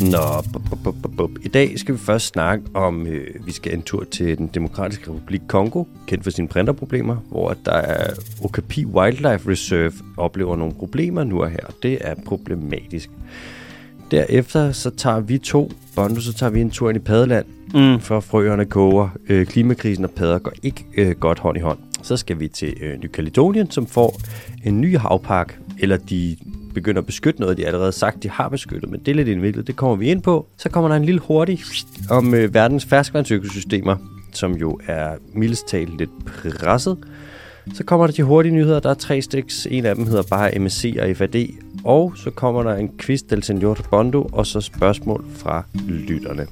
I dag skal vi først snakke om, vi skal en tur til den demokratiske republik Congo, kendt for sine printerproblemer, hvor der er Okapi Wildlife Reserve oplever nogle problemer nu og her. Det er problematisk. Derefter så tager vi så tager vi en tur ind i Paddeland, for frøerne koger. Klimakrisen og padder går ikke godt hånd i hånd. Så skal vi til Ny Kaledonien, som får en ny havpark, eller de begynder at beskytte noget, de allerede sagt, de har beskyttet, men det er lidt indviklet, det kommer vi ind på. Så kommer der en lille hurtig om verdens ferskvandsøkosystemer, som jo er mildest talt lidt presset. Så kommer der de hurtige nyheder, der er 3 styks, en af dem hedder bare MSC og FAD, og så kommer der en quiz del Señor Bondo, og så spørgsmål fra lytterne.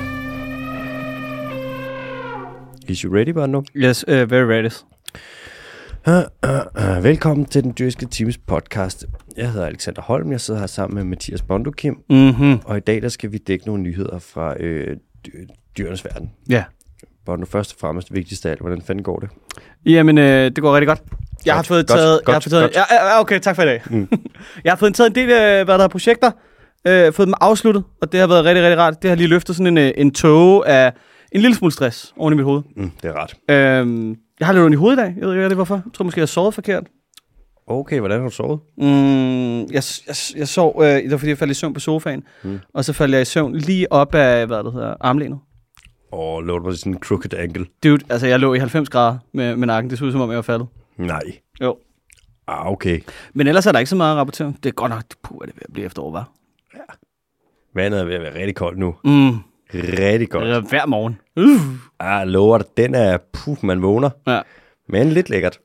Is you ready, Bondo? Yes, very ready. Velkommen til den dyrske teams podcast. Jeg hedder Alexander Holm, jeg sidder her sammen med Mathias Bondo Kim, og i dag der skal vi dække nogle nyheder fra dyrenes verden. Ja. Bondo, først og fremmest vigtigst af alt, hvordan fanden går det? Jamen, det går rigtig godt. Jeg har fået taget... Ja, okay, tak for i dag. Jeg har fået taget en del projekter, fået dem afsluttet, og det har været rigtig, rigtig rart. Det har lige løftet sådan en tåge af en lille smule stress oven i mit hoved. Det er rart. Jeg har lidt ondt i hovedet i dag. Jeg ved ikke, hvorfor. Jeg tror måske, jeg har sovet forkert. Okay, hvordan har du sovet? Jeg sov, det var fordi, jeg faldt i søvn på sofaen, og så faldt jeg i søvn lige op af, armlænet. Lå du på sådan en crooked angle? Dude, altså jeg lå i 90 grader med nakken. Det så ud som om, jeg var faldet. Nej. Jo. Okay. Men ellers er der ikke så meget at rapportere. Det er godt nok, er det ved at blive efterår, hva'? Ja. Vandet er ved at være rigtig koldt nu. Rigtig godt. Eller hver morgen. Jeg lover dig, den er, man vågner. Ja. Men lidt lækkert.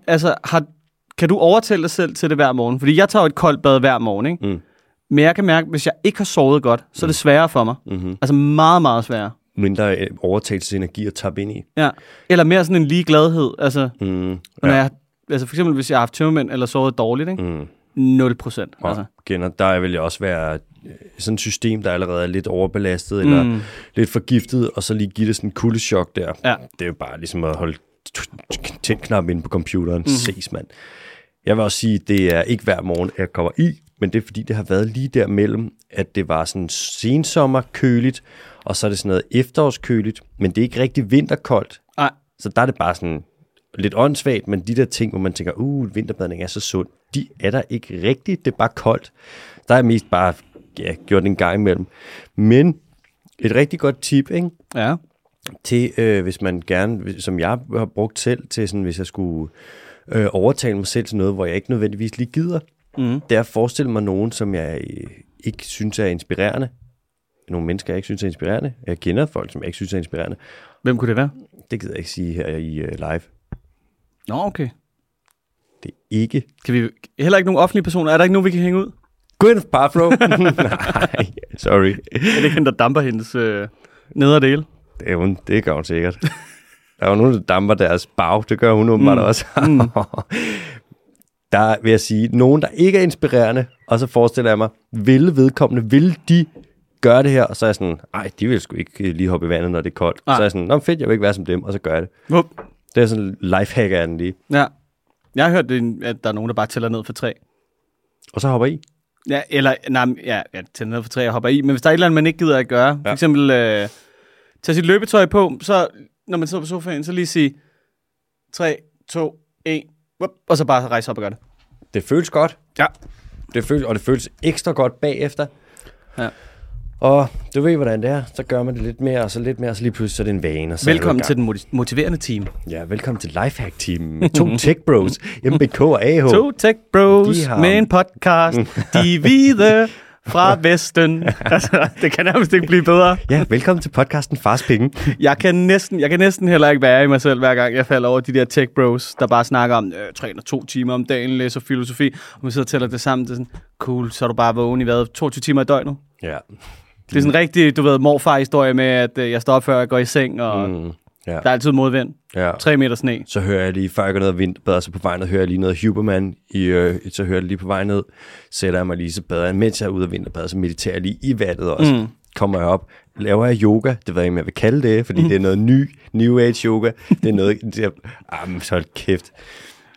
Kan du overtale dig selv til det hver morgen? Fordi jeg tager jo et koldt bad hver morgen, ikke? Men jeg kan mærke, hvis jeg ikke har sovet godt, så er det sværere for mig. Altså meget, meget sværere. Mindre overtagelsesenergi at tabe ind i. Ja, eller mere sådan en ligegladhed. Altså, når jeg, for eksempel hvis jeg har haft tømmermænd eller sovet dårligt, ikke? 0%. Altså. Der vil jeg også være sådan et system, der allerede er lidt overbelastet eller lidt forgiftet, og så lige give det sådan en kuldechok der. Ja. Det er jo bare ligesom at holde tændknappen inde på computeren. Ses, mand. Jeg vil også sige, at det er ikke hver morgen, jeg kommer i, men det er fordi, det har været lige der mellem, at det var sådan sensommer køligt, og så er det sådan noget efterårskøligt, men det er ikke rigtig vinterkoldt. Nej. Så der er det bare sådan lidt åndssvagt, men de der ting, hvor man tænker, vinterbadning er så sund, de er der ikke rigtigt, det er bare koldt. Der er mest bare gjort en gang imellem. Men et rigtig godt tip, ikke? Ja. Til, hvis man gerne, som jeg har brugt selv, til sådan, hvis jeg skulle overtale mig selv til noget, hvor jeg ikke nødvendigvis lige gider, det er at forestille mig nogen, som jeg ikke synes er inspirerende. Nogle mennesker, jeg ikke synes er inspirerende. Jeg kender folk, som jeg ikke synes er inspirerende. Hvem kunne det være? Det gider jeg ikke sige her i live. Nå, okay. Det er ikke. Kan vi heller ikke nogen offentlige personer? Er der ikke nogen, vi kan hænge ud? Gwyneth Paltrow. Nej, sorry. Er det ikke hende, der damper hendes nederdele? Det gør hun sikkert. Der er jo nogen, der damper deres bag. Det gør hun åbenbart også. Der vil jeg sige, nogen, der ikke er inspirerende, og så forestiller jeg mig, vil de gøre det her? Og så er jeg sådan, de vil sgu ikke lige hoppe i vandet, når det er koldt. Så er jeg sådan, fedt, jeg vil ikke være som dem, og så gør jeg det. Det er sådan lifehack af den lige. Ja. Jeg har hørt, at der er nogen, der bare tæller ned for 3. Og så hopper I? Ja, eller, jeg tæller ned for 3 og hopper i. Men hvis der er et eller andet, man ikke gider at gøre, for eksempel tage sit løbetøj på, så når man sidder på sofaen, så lige sige 3, 2, 1, og så bare rejse op og gøre det. Det føles godt. Ja. Det føles ekstra godt bagefter. Ja. Og du ved, hvordan det er. Så gør man det lidt mere, og så lidt mere, og så lige pludselig så er det en vane. Og så velkommen til den motiverende team. Ja, velkommen til Lifehack-team med 2 tech bros, MBK og AH. 2 tech bros med en podcast, de hvide fra Vesten. Altså, det kan nærmest ikke blive bedre. Ja, velkommen til podcasten Fars Penge. Jeg kan næsten heller ikke være i mig selv, hver gang jeg falder over de der tech bros, der bare snakker om, træner 2 timer om dagen, læser filosofi, og man sidder og tæller det sammen. Det er sådan, cool, så er du bare vågen i 22 timer i døgnet. Ja. Det er sådan en rigtig, morfar-historie med, at jeg står op før jeg går i seng, og der er altid modvind. 3 meter sne. Så hører jeg lige, før jeg går ned og vinterbader, så på vej ned hører jeg lige noget Huberman, så hører jeg lige på vej ned, sætter jeg mig lige, så bader jeg, mens jeg er ude af vinterbader, så mediterer jeg lige i vandet også. Kommer jeg op, laver jeg yoga, det ved jeg ikke, om jeg vil kalde det, fordi det er noget New Age yoga, det er noget, så hold kæft.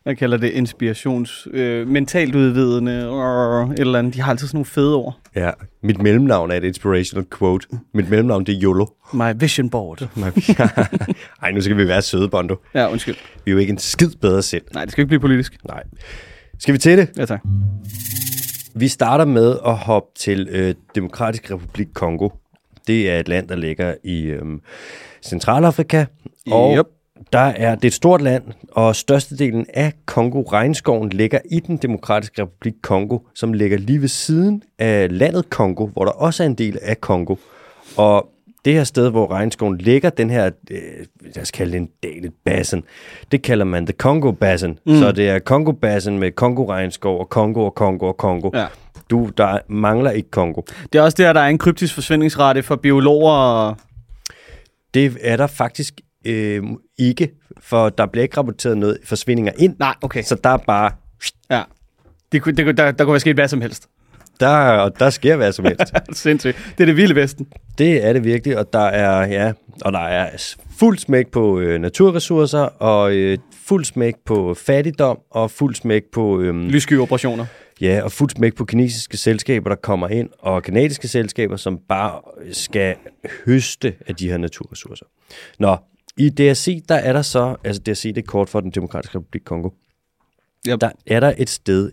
Jeg kalder det mentalt udvidende, et eller andet. De har altid sådan nogle fede ord. Ja, mit mellemnavn er et inspirational quote. Mit mellemnavn, det er YOLO. My vision board. Ej, nu skal vi være søde, Bondo. Ja, undskyld. Vi er jo ikke en skid bedre selv. Nej, det skal ikke blive politisk. Nej. Skal vi til det? Ja, tak. Vi starter med at hoppe til Demokratisk Republik Kongo. Det er et land, der ligger i Centralafrika. Og det er et stort land, og størstedelen af Kongo-regnskoven ligger i den Demokratiske Republik Kongo, som ligger lige ved siden af landet Kongo, hvor der også er en del af Kongo. Og det her sted, hvor regnskoven ligger, den her, lad os kalde det en dal, et basin, det kalder man The Congo Basin. Så det er Congo Basin med Kongo-regnskov og Kongo og Kongo og Kongo. Ja. Der mangler ikke Kongo. Det er også der er en kryptisk forsvindingsrate for biologer. Det er der faktisk ikke, for der bliver ikke rapporteret noget forsvindinger ind. Nej, okay. Så der er bare... Ja, der kunne være sket hvad som helst. Der sker hvad som helst. Sindssygt. Det er det vilde vesten. Det er det virkelig, og der er fuld smæk på naturressourcer, og fuld smæk på fattigdom, og fuld smæk på... lyssky-operationer. Ja, og fuld smæk på kinesiske selskaber, der kommer ind, og kanadiske selskaber, som bare skal høste af de her naturressourcer. Nå, i DRC, der er der så... Altså DRC, det er kort for den Demokratiske Republik Kongo. Yep. Der er der et sted,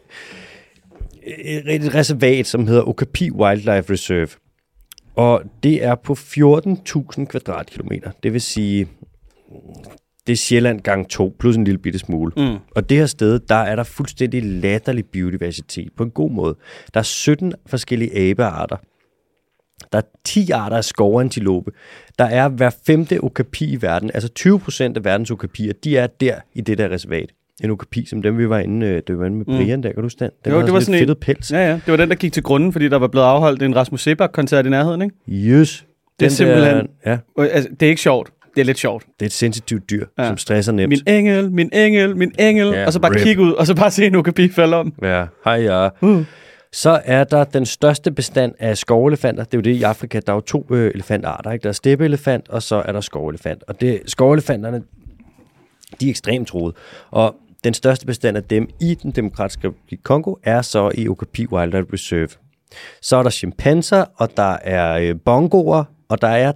et reservat, som hedder Okapi Wildlife Reserve. Og det er på 14.000 kvadratkilometer. Det vil sige, det er Sjælland gang 2, plus en lille bitte smule. Og det her sted, der er der fuldstændig latterlig biodiversitet på en god måde. Der er 17 forskellige abearter. Der er 10 arter af skovantilope. Der er hver 5. okapi i verden. Altså 20% af verdens okapier, de er der i det der reservat. En okapi, som dem vi var inde med Brian der, kan du stand? Den det var sådan en fedtet pels. Ja, det var den, der gik til grunden, fordi der var blevet afholdt en Rasmus Seebach-koncert i nærheden, ikke? Yes. Det er simpelthen... Altså, det er ikke sjovt. Det er lidt sjovt. Det er et sensitivt dyr, som stresser nemt. Min engel, og så bare kigge ud, og så bare se en okapi falde om. Ja, hej ja. Så er der den største bestand af skovelefanter. Det er jo det i Afrika. Der er jo 2 elefantarter, ikke? Der er steppeelefant, og så er der skovelefant. Og skovelefanterne, de er ekstremt truede. Og den største bestand af dem i den Demokratiske Republik Kongo er så i Okapi Wildlife Reserve. Så er der chimpanser, og der er bongoer, og der er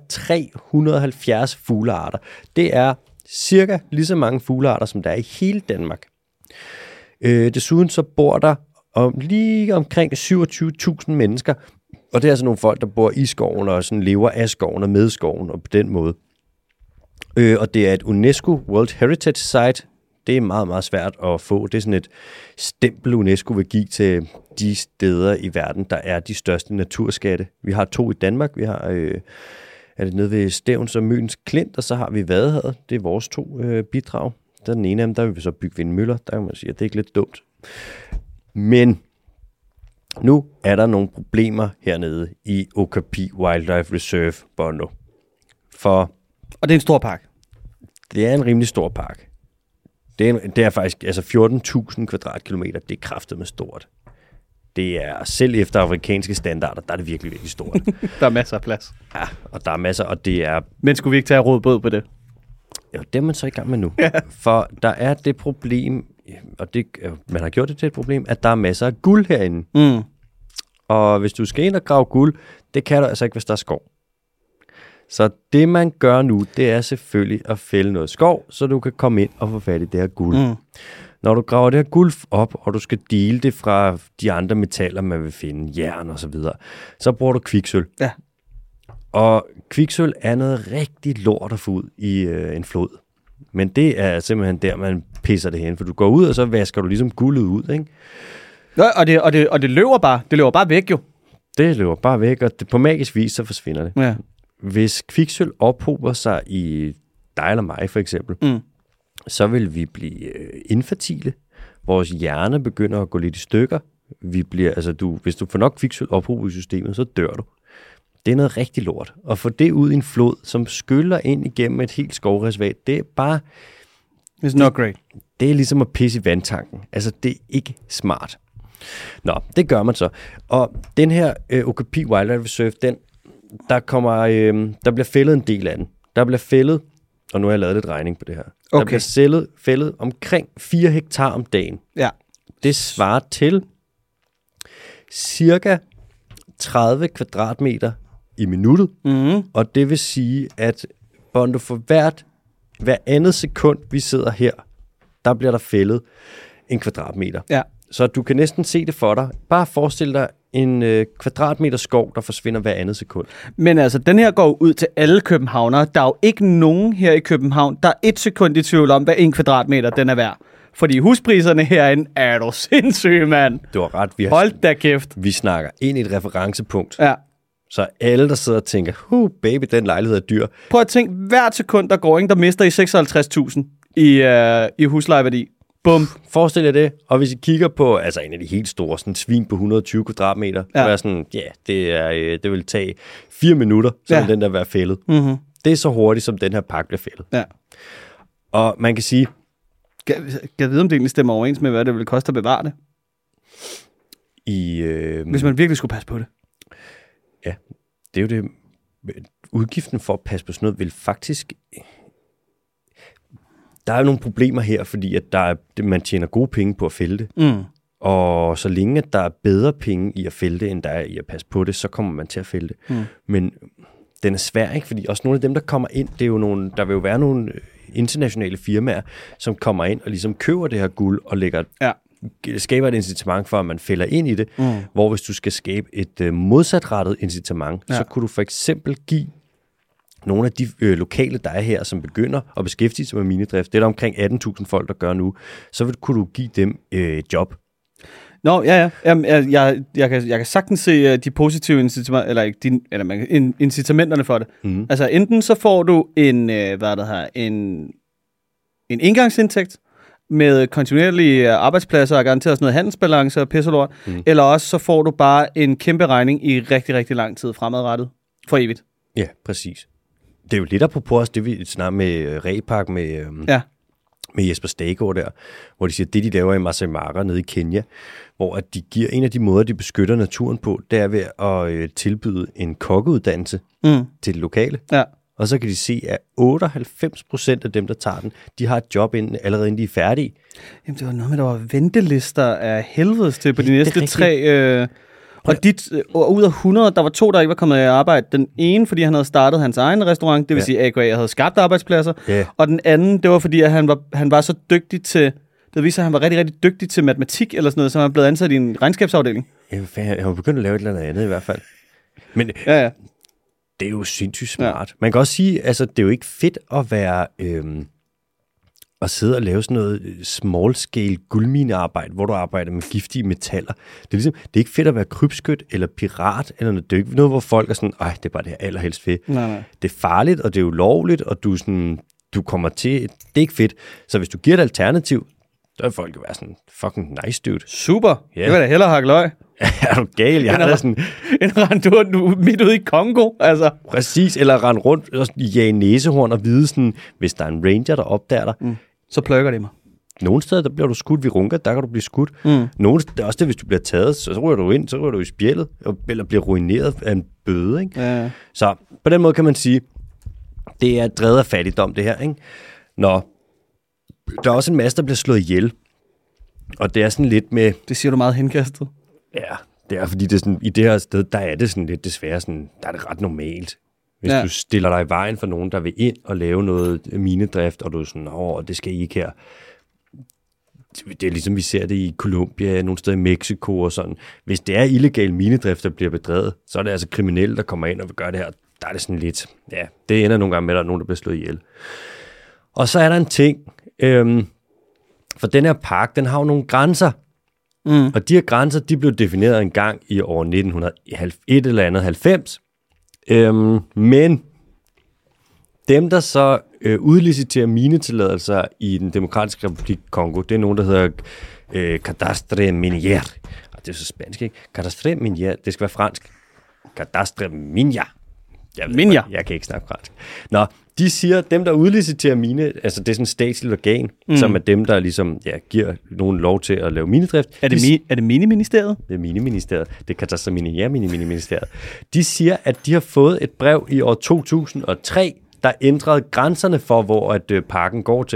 370 fuglearter. Det er cirka lige så mange fuglearter, som der er i hele Danmark. Desuden så bor der lige omkring 27.000 mennesker, og det er altså nogle folk, der bor i skoven og sådan lever af skoven og med skoven, og på den måde. Og det er et UNESCO World Heritage Site. Det er meget, meget svært at få. Det er sådan et stempel, UNESCO vil give til de steder i verden, der er de største naturskatte. Vi har 2 i Danmark. Vi har er det nede ved Stevns og Møns Klint, og så har vi Vadehavet. Det er vores 2 bidrag. Der er den ene af dem, der vil vi så bygge vindmøller. Der kan man sige, at det er ikke lidt dumt. Men nu er der nogle problemer hernede i Okapi Wildlife Reserve, Bondo. Og det er en stor park. Det er en rimelig stor park. Det er faktisk, altså 14.000 kvadratkilometer, det er kraftedeme stort. Det er, selv efter afrikanske standarder, der er det virkelig, virkelig stort. Der er masser af plads. Ja, og der er masser, og det er... Men skulle vi ikke tage råd båd på det? Jo, det er man så i gang med nu. Ja. For der er det problem, og det, man har gjort det til et problem, at der er masser af guld herinde. Og hvis du skal ind og grave guld, det kan du altså ikke, hvis der er skov. Så det, man gør nu, det er selvfølgelig at fælde noget skov, så du kan komme ind og få fat i det her guld. Når du graver det her guld op, og du skal dele det fra de andre metaller, man vil finde, jern og så videre, så bruger du kviksølv. Ja. Og kviksølv er noget rigtig lort at få ud i en flod. Men det er simpelthen der, man pisser det hen, for du går ud, og så vasker du ligesom guldet ud, ikke? Ja, og det løber bare væk jo. Det løber bare væk, og på magisk vis, så forsvinder det. Ja. Hvis kviksølv ophober sig i dig eller mig for eksempel, så vil vi blive infertile. Vores hjerne begynder at gå lidt i stykker. Hvis du får nok kviksølv ophobet i systemet, så dør du. Det er noget rigtig lort. Og få det ud i en flod, som skyller ind igennem et helt skovreservat, det er bare... It's not great. Det er ligesom at pisse i vandtanken. Altså, det er ikke smart. Nå, det gør man så. Og den her Okapi Wildlife Reserve, der bliver fældet en del af den. Der bliver fældet, og nu har jeg lavet lidt regning på det her. Der Okay. bliver fældet omkring 4 hektar om dagen. Ja. Det svarer til cirka 30 kvadratmeter i minuttet. Mm-hmm. Og det vil sige, at Bondo, for hver andet sekund, vi sidder her, der bliver der fældet en kvadratmeter. Ja. Så du kan næsten se det for dig. Bare forestil dig en kvadratmeter skov, der forsvinder hver andet sekund. Men altså, den her går ud til alle københavnere. Der er jo ikke nogen her i København, der er 1 sekund i tvivl om, hvad 1 kvadratmeter den er værd. Fordi huspriserne herinde er du sindssyg, mand. Du har ret. Hold da kæft. Vi snakker ind i et referencepunkt. Ja. Så alle, der sidder og tænker, baby, den lejlighed er dyr. Prøv at tænke, hvert sekund, der går, der mister I 56.000 i huslejeværdi. Bum. Forestil jer det, og hvis I kigger på altså en af de helt store, sådan en svin på 120 kvadratmeter, så er sådan, det vil tage 4 minutter, så vil den der være fældet. Mm-hmm. Det er så hurtigt, som den her pakke bliver fældet. Ja. Og man kan sige... Kan jeg vide, om det egentlig stemmer overens med, hvad det ville koste at bevare det? Hvis man virkelig skulle passe på det. Ja, det er jo det. Udgiften for at passe på sådan noget vil faktisk... Der er jo nogle problemer her, fordi at man tjener gode penge på at fælde det. Mm. Og så længe at der er bedre penge i at fælde det, end der er i at passe på det, så kommer man til at fælde det. Mm. Men den er svær, ikke? Fordi også nogle af dem, der kommer ind, det er jo der vil jo være nogle internationale firmaer, som kommer ind og ligesom køber det her guld og skaber et incitament for, at man fælder ind i det. Mm. Hvor hvis du skal skabe et modsatrettet incitament, så kunne du for eksempel give nogle af de lokale, der er her, som begynder at beskæftige sig med minedrift, det er der omkring 18.000 folk, der gør nu, så kunne du give dem job. Nå, ja. Jamen, jeg kan sagtens se de positive incitamenter, incitamenterne for det. Mm. Altså, enten så får du en engangsindtægt med kontinuerlige arbejdspladser og garanteret sådan noget handelsbalance og pisselort, eller også så får du bare en kæmpe regning i rigtig, rigtig lang tid fremadrettet. For evigt. Ja, præcis. Det er jo lidt apropos også det, vi snakker med Repark med Jesper Stagegaard der, hvor de siger, at det, de laver i Masai Mara nede i Kenya, hvor at de giver en af de måder, de beskytter naturen på, det er ved at tilbyde en kokkeuddannelse til det lokale. Ja. Og så kan de se, at 98% af dem, der tager den, de har et job allerede inden de er færdige. Jamen, det var noget med, der var ventelister af helvedes til på de næste 3... Og ud af 100, der var 2, der ikke var kommet i arbejde. Den ene, fordi han havde startet hans egen restaurant, det vil sige, at AKA havde skabt arbejdspladser. Yeah. Og den anden, det var fordi, at han var så dygtig til... Det viser, at han var rigtig, rigtig dygtig til matematik eller sådan noget, så han blev ansat i en regnskabsafdeling. Han var begyndt at lave et eller andet i hvert fald. Men det er jo sindssygt smart. Ja. Man kan også sige, altså det er jo ikke fedt at være... at sidde og lave sådan noget small-scale guldminearbejde, hvor du arbejder med giftige metaller. Det er ikke fedt at være krybskyt eller pirat, eller noget. Det er ikke noget, hvor folk er sådan, det er bare det her allerhelst fedt. Nej. Det er farligt, og det er ulovligt, og du kommer til, det er ikke fedt. Så hvis du giver et alternativ, så vil folk jo være sådan, fucking nice dude. Super, det vil da hellere hakke løg. Er du gal? Jeg er sådan... En rand midt ude i Kongo, altså. Præcis, eller rende rundt og jage næsehorn og vide sådan, hvis der er en ranger, der opdager dig, så plukker det mig. Nogle steder, der bliver du skudt ved runker, der kan du blive skudt. Nogle steder, også det, hvis du bliver taget, så ryger du ind, så ryger du i spjældet, eller bliver ruineret af en bøde, ikke? Ja. Så på den måde kan man sige, det er drevet af fattigdom, det her, ikke? Der er også en masse, der bliver slået ihjel. Og det er sådan lidt med... Det siger du meget henkastet. Ja, det er fordi, det er sådan, i det her sted, der er det sådan lidt desværre sådan, der er det ret normalt. Hvis du stiller dig i vejen for nogen, der vil ind og lave noget minedrift, og du er sådan, det skal I ikke her. Det er ligesom, vi ser det i Colombia, nogle steder i Mexico og sådan. Hvis det er illegal minedrift, der bliver bedrevet, så er det altså kriminelle, der kommer ind og vil gøre det her. Der er det sådan lidt, det ender nogle gange med, at der er nogen, der bliver slået ihjel. Og så er der en ting, for den her park, den har jo nogle grænser. Og de her grænser, de blev defineret en gang i år 1991 eller andet 90. Men dem, der så udliciterer minetilladelser i den demokratiske republik Kongo, det er nogen, der hedder Cadastre Minier. Det er så spansk, ikke? Cadastre Minier, det skal være fransk. Cadastre Minier. Jeg kan ikke snakke fransk. De siger, at dem, der udliciterer mine, altså det er sådan et statsligt organ, som er dem, der ligesom giver nogen lov til at lave minedrift. Er det Miniministeriet? Det er Miniministeriet. Det kan tage sig Miniministeriet. De siger, at de har fået et brev i år 2003, der ændrede grænserne for, hvor at parken går til.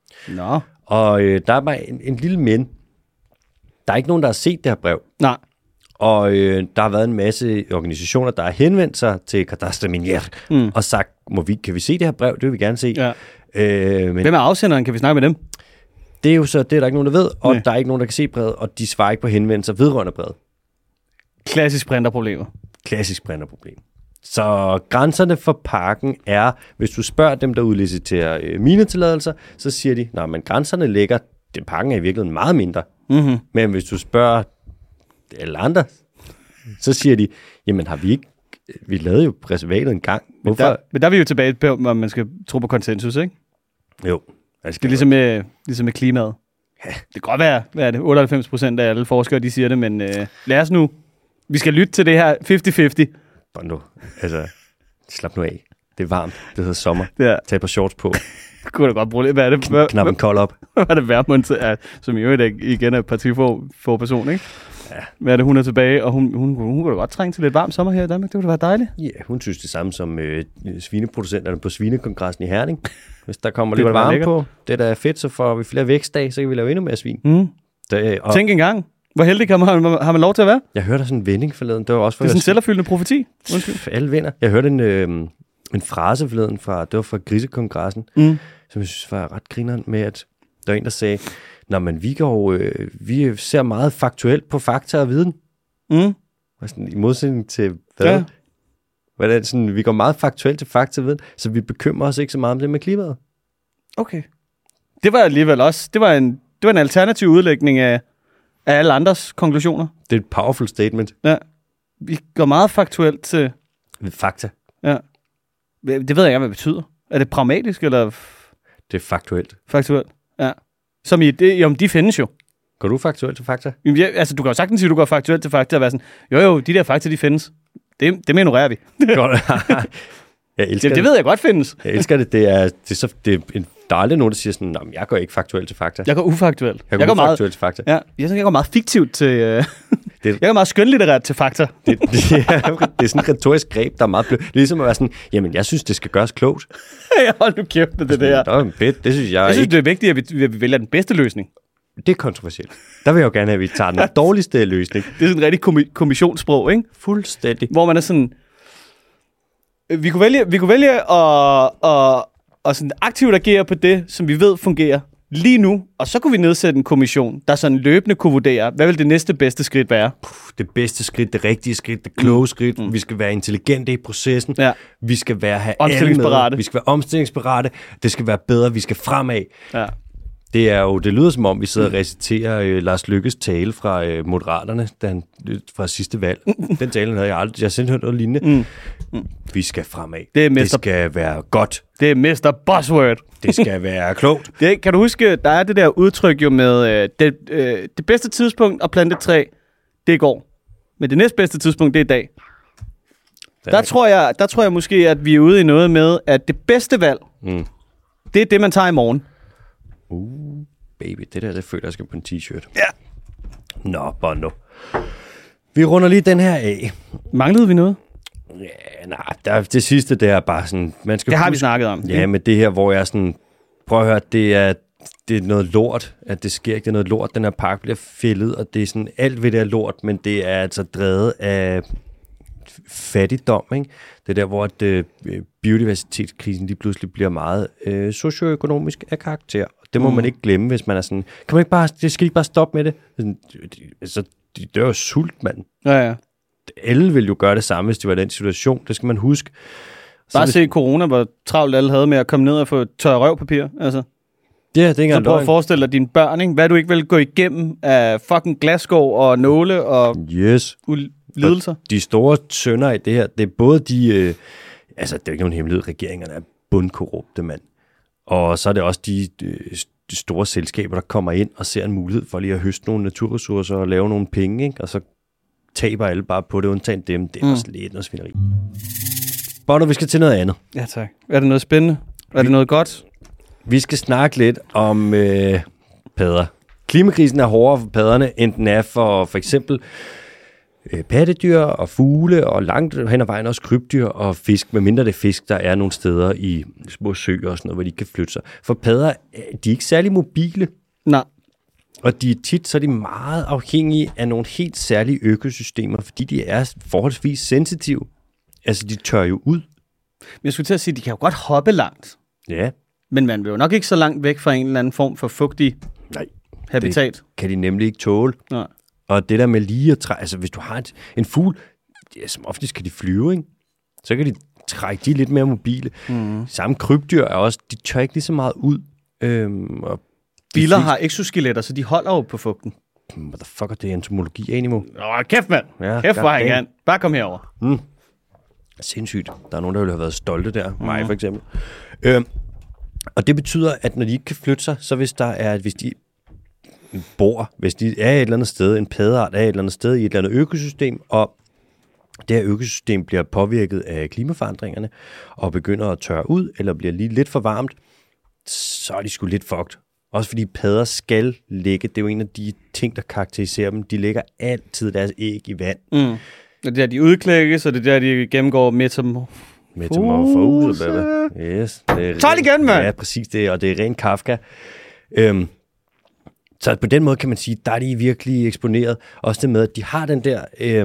Nå. Og der er bare en lille men. Der er ikke nogen, der har set det her brev. Nej. Og der har været en masse organisationer, der har henvendt sig til Cadastre Minier og sagt, kan vi se det her brev? Det vil vi gerne se. Ja. Men Hvem er afsenderen? Kan vi snakke med dem? det er jo så, det er der ikke nogen, der ved, og Nej. der er ikke nogen, der kan se brevet, og de svarer ikke på henvendelser vedrørende brevet. Klassisk printerproblemer. Klassisk printerproblem. Så grænserne for parken er, hvis du spørger dem, der udliciterer minetilladelser, så siger de, nej, men grænserne ligger, den parken er i virkeligheden meget mindre. Mm-hmm. Men hvis du spørger alle andre, så siger de, jamen har vi lavede jo reservatet en gang. Hvorfor? Men der er vi jo tilbage på, om man skal tro på konsensus, ikke? Jo. Det er ligesom med klimaet. Ja. Det kan godt være, hvad er det, 98% af alle forskere, de siger det, men lad os nu. Vi skal lytte til det her 50-50. Bare nu. Altså, slap nu af. Det er varmt. Det hedder sommer. Ja. Tag et par shorts på. Kunne da godt bruge lidt. Hvad er det? Knap en kold op. Hvad er det Vermund, som jo igen er partifå person, ikke? Ja. Hvad er det, hun er tilbage, og hun kunne da godt trænge til lidt varm sommer her i Danmark. Det ville da være dejligt. Ja, hun synes det samme som svineproducenterne på Svinekongressen i Herning. Hvis der kommer Det lidt var varme lækkert. på, det er da fedt, så får vi flere vækstdage, så kan vi lave endnu mere svin. Og Tænk engang. Hvor heldig har man lov til at være? jeg hørte sådan en vending forleden. Det var også for Det er sådan en selvopfyldende profeti. Undskyld. alle vinder. Jeg hørte en frase forleden det var fra Grisekongressen, som jeg synes var ret grineren med, at der var en, der sagde, nå, men vi ser meget faktuelt på fakta og viden. Sådan, i modsætning til hvad? Ja. Hvordan sådan, vi går meget faktuelt til fakta og viden, så vi bekymrer os ikke så meget om det med klimaet. Okay. Det var alligevel også, det var en alternativ udlægning af alle andres konklusioner. Det er et powerful statement. Ja. Vi går meget faktuelt til... Fakta. Ja. Det ved jeg ikke, hvad det betyder. Er det pragmatisk, eller Det er faktuelt. faktuelt? Ja. Som i det, jamen, de findes jo. Går du faktuelt til fakta? Jamen, altså, du kan jo sagtens sige, at du går faktuelt til fakta og være sådan, jo, de der fakta, de findes. Det ignorerer vi. Jeg elsker Det ved jeg godt findes. Jeg elsker det. Der er aldrig nogen, der siger sådan, nej, jeg går ikke faktuelt til fakta. Jeg går ufaktuelt. Jeg går faktuelt til fakta. Ja, jeg går meget fiktivt til... Jeg går meget skønlitterært til fakta. Det er sådan et retorisk greb, der er meget blødt. Det er ligesom at være sådan, jamen, jeg synes, det skal gøres klogt. Hold nu kæft med det der. Nå, fedt, det synes Jeg synes, ikke. det er vigtigt, at vi vælger den bedste løsning. Det er kontroversielt. Der vil jeg jo gerne have, at vi tager den dårligste løsning. Det er sådan en rigtig kommissionssprog, ikke? Fuldstændig. Hvor man er sådan... Vi kunne vælge at sådan aktivt agere på det, som vi ved fungerer lige nu, og så kunne vi nedsætte en kommission, der sådan løbende kunne vurdere, hvad vil det næste bedste skridt være? Det bedste skridt, det rigtige skridt, det kloge skridt. Vi skal være intelligente i processen. Ja. Vi skal have Omstillingsparate. alle med. Vi skal være omstillingsparate. Det skal være bedre. Vi skal fremad. Ja. Det lyder som om, vi sidder og reciterer Lars Løkkes tale fra Moderaterne, fra sidste valg. Den tale havde jeg aldrig. Jeg har selv hørt noget lignende. Vi skal fremad. Det skal være godt. Det er Mr. Buzzword. Det skal være klogt. Kan du huske, der er det der udtryk jo med, det bedste tidspunkt at plante et træ, det er i går. Men det næstbedste tidspunkt, det er i dag. Der tror jeg måske, at vi er ude i noget med, at det bedste valg, det er det, man tager i morgen. Baby, det føler jeg skal på en t-shirt. Ja. Nå, Bondo. Vi runder lige den her af. Manglede vi noget? Ja, nej, det sidste, det er bare sådan... Man skal det har vi snakket om. Ja, med det her, hvor jeg sådan... Prøv at høre, det er noget lort, at det sker ikke. Det er noget lort, den her park bliver fældet, og det er sådan alt ved det her lort, men det er altså drevet af fattigdom, ikke? Det er der, hvor biodiversitetskrisen lige pludselig bliver meget socioøkonomisk af karakter. Det må man ikke glemme, hvis man er sådan... Kan man ikke bare... Det skal ikke bare stoppe med det? Altså, de dør jo sult, mand. Ja. Alle vil jo gøre det samme, hvis de var i den situation. Det skal man huske. Bare se corona, hvor travlt alle havde med at komme ned og få tørre røvpapir. Altså. Ja, det er ikke engang så prøv at forestille dig dine børn, ikke? Hvad du ikke vil gå igennem af fucking glasskov og nåle og lidelser. De store sønder i det her, det er både de... altså, det er ikke nogen hemmelighed. Regeringerne er bundkorrupte, mand. Og så er det også de store selskaber, der kommer ind og ser en mulighed for lige at høste nogle naturressourcer og lave nogle penge, ikke? Og så taber alle bare på det, undtagen dem. Det er også lidt noget svineri. Bono, vi skal til noget andet. Ja, tak. Er det noget spændende? Er det noget godt? Vi skal snakke lidt om padder. Klimakrisen er hårdere for padderne, end den er for eksempel pattedyr og fugle, og langt hen ad vejen også krybdyr og fisk, medmindre det er fisk, der er nogle steder i små søer og sådan noget, hvor de kan flytte sig. For padder, de er ikke særlig mobile. Nej. Og de er meget afhængige af nogle helt særlige økosystemer, fordi de er forholdsvis sensitive. Altså, de tør jo ud. Men jeg skulle til at sige, at de kan jo godt hoppe langt. Ja. Men man vil jo nok ikke så langt væk fra en eller anden form for fugtig habitat. Det kan de nemlig ikke tåle. Nej. Og det der med lige at trække, altså hvis du har en fugl, som oftest kan de flyve, ikke? Så kan de trække, de lidt mere mobile. Samme krybdyr er også, de tør ikke lige så meget ud. Og biller har exoskeletter, så de holder jo på fugten. Motherfucker, det er entomologi, Animo. Kæft, mand. Ja, kæft, hvor han kan. Bare kom herover. Sindssygt. Der er nogen, der ville have været stolte der. Mig for eksempel. Og det betyder, at når de ikke kan flytte sig, så hvis de er et eller andet sted, en paddeart er et eller andet sted i et eller andet økosystem, og det her økosystem bliver påvirket af klimaforandringerne, og begynder at tørre ud, eller bliver lige lidt for varmt, så er de sgu lidt fucked. Også fordi padder skal ligge, det er jo en af de ting, der karakteriserer dem, de lægger altid deres æg i vand. Det er der, de udklækkes, og det er der, de gennemgår metamorfose. Yes. 12 igen, mand! Ja, præcis det, og det er ren Kafka. Så på den måde kan man sige, der er de virkelig eksponeret. Også det med, at de har den der,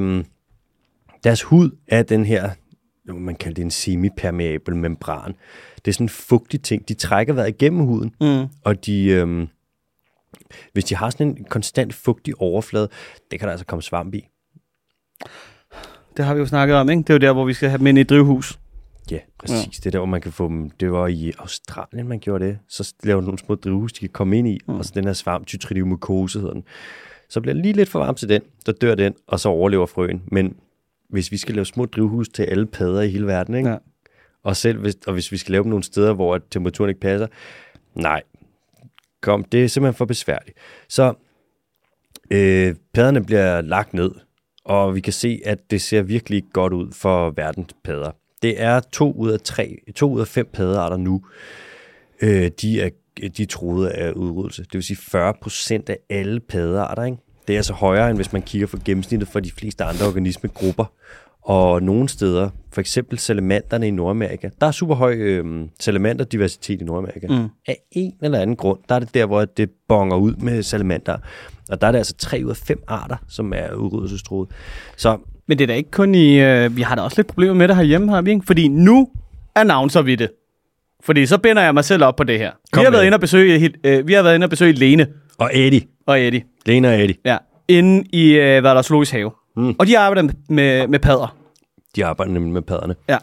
deres hud er den her, man kalder det en semipermeabel membran. Det er sådan en fugtig ting. De trækker vejret igennem huden, og de, hvis de har sådan en konstant fugtig overflade, det kan der altså komme svamp i. Det har vi jo snakket om, ikke? Det er jo der, hvor vi skal have dem ind i et drivhus. Ja, præcis. Ja. Det er der, hvor man kan få dem. Det var i Australien, man gjorde det. Så laver nogle små drivhus, de kan komme ind i, og så den her svamp, Chytridiomycose hedder den. Så bliver det lige lidt for varmt til den, så dør den, og så overlever frøen. Men hvis vi skal lave små drivhus til alle padder i hele verden, ikke? Ja. Og hvis vi skal lave dem nogle steder, hvor temperaturen ikke passer, nej, det er simpelthen for besværligt. Så padderne bliver lagt ned, og vi kan se, at det ser virkelig ikke godt ud for verdens padder. Det er 2 ud af 5 paddearter nu, de er truede af udryddelse. Det vil sige 40% af alle paddearter, ikke? Det er altså højere, end hvis man kigger på gennemsnittet for de fleste andre organismegrupper. Og nogle steder, for eksempel salamanderne i Nordamerika, der er super høj salamanderdiversitet i Nordamerika. Af en eller anden grund, der er det der, hvor det bonger ud med salamander. Og der er det altså 3 ud af 5 arter, som er udryddelsestruede. Så men det er da ikke kun i... vi har da også lidt problemer med det herhjemme, har vi ikke? Fordi nu announcer vi det. Fordi så binder jeg mig selv op på det her. Vi har været inde og besøge Lene. Og Eddie. Lene og Eddie. Ja. Inde i Zoologisk Have. Og de arbejder med padder. De arbejder nemlig med padderne. Ja.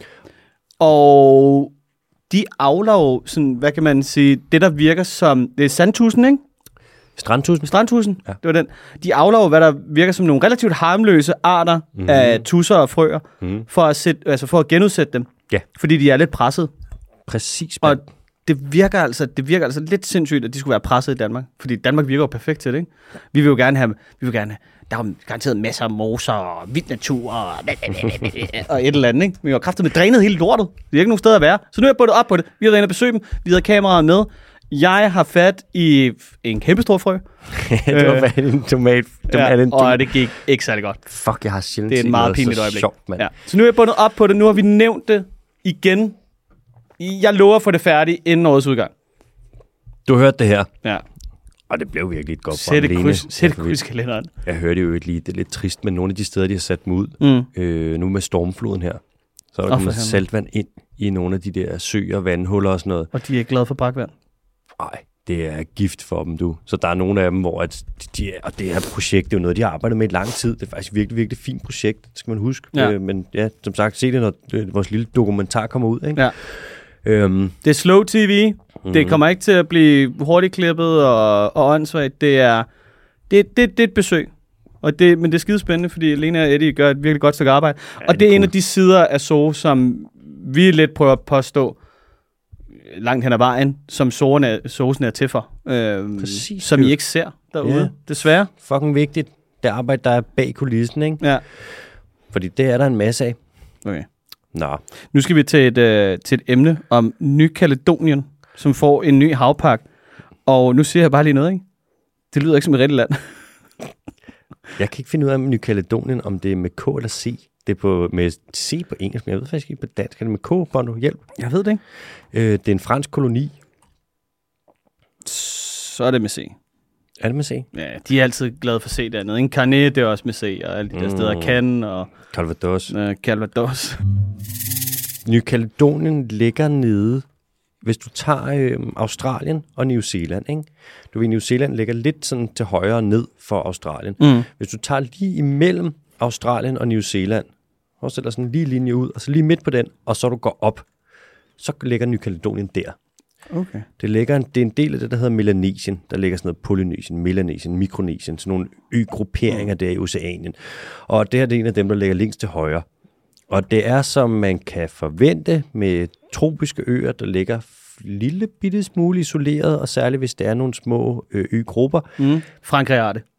Og de avler jo sådan, hvad kan man sige, det der virker som... Det er sandtusen, ikke? Strandtusen, ja. Det var den. De avler jo, hvad der virker som nogle relativt harmløse arter af tusser og frøer, for at genudsætte dem. Ja. Fordi de er lidt presset. Præcis. Og det virker altså lidt sindssygt, at de skulle være presset i Danmark. Fordi Danmark virker jo perfekt til det, ikke? Vi vil jo gerne have, der er jo garanteret masser af moser og vild natur og et eller andet, ikke? Vi har kraftigt med drænet hele lortet. Det er ikke nogen steder at være. Så nu er jeg bundet op på det. Vi har været inde og besøge dem. Vi havde kameraet med. Jeg har fat i en kæmpestor frø. Det var fat i en tomat. Og det gik ikke særlig godt. Fuck, jeg har sjældent set det. Det er et meget pinligt øjeblik. Sjovt, mand. Ja. Så nu er jeg bundet op på det. Nu har vi nævnt det igen. Jeg lover at få det færdigt inden årets udgang. Du hørte det her. Ja. Og det blev virkelig et godt Sæt krydskalenderen. Jeg hørte jo lige, det er lidt trist, men nogle af de steder, de har sat dem ud, nu med stormfloden her, så er der kommet saltvand ind i nogle af de der søer, vandhuller og sådan noget. Og de er glade for brakvand? Nej, det er gift for dem, du. Så der er nogle af dem, hvor og det her projekt, det er jo noget, de har arbejdet med i lang tid. Det er faktisk virkelig, virkelig fint projekt, det skal man huske. Ja. Men ja, som sagt, se det, når vores lille dokumentar kommer ud, ikke? Ja. Det er slow tv. Det kommer ikke til at blive hurtigt klippet og åndssvagt. Det er et besøg. Men det er skidespændende, fordi Lena og Eddie gør et virkelig godt stykke arbejde. Ja, og det er en af de sider af Zoo, som vi lidt prøver at påstå langt hen ad vejen, som Zoo'sen er til for. Præcis. Som I ikke ser derude, desværre. Fucking vigtigt. Det arbejde, der er bag kulissen, ikke? Ja. Fordi det er der en masse af. Okay. Nå. Nu skal vi til et emne om Ny Kaledonien, som får en ny havpark. Og nu siger jeg bare lige noget, ikke? Det lyder ikke som et rigtigt land. Jeg kan ikke finde ud af Ny Kaledonien, om det er med K eller C. Det er med C på engelsk, men jeg ved faktisk ikke på dansk. Er det med K, Bono? Hjælp. Jeg ved det ikke. Det er en fransk koloni. Så er det med C. Er det med C? Ja, de er altid glade for C dernede. En Carnet, det er også med C, og alle de der steder. Cannes og... Calvados. Calvados. Ny Kaledonien ligger nede, hvis du tager Australien og New Zealand, ikke? Du ved, New Zealand ligger lidt sådan til højre ned for Australien. Hvis du tager lige imellem Australien og New Zealand, og sætter sådan en lige linje ud, og så lige midt på den, og så du går op, så ligger Ny Kaledonien der. Okay. Det er en del af det, der hedder Melanesien. Der ligger sådan noget Polynesien, Melanesien, Mikronesien, sådan nogle øgrupperinger der i Oceanien. Og det her det er en af dem, der ligger længst til højre. Og det er, som man kan forvente med tropiske øer, der ligger lille bitte smule isoleret, og særligt hvis der er nogle små øgrupper. Frankrig har det.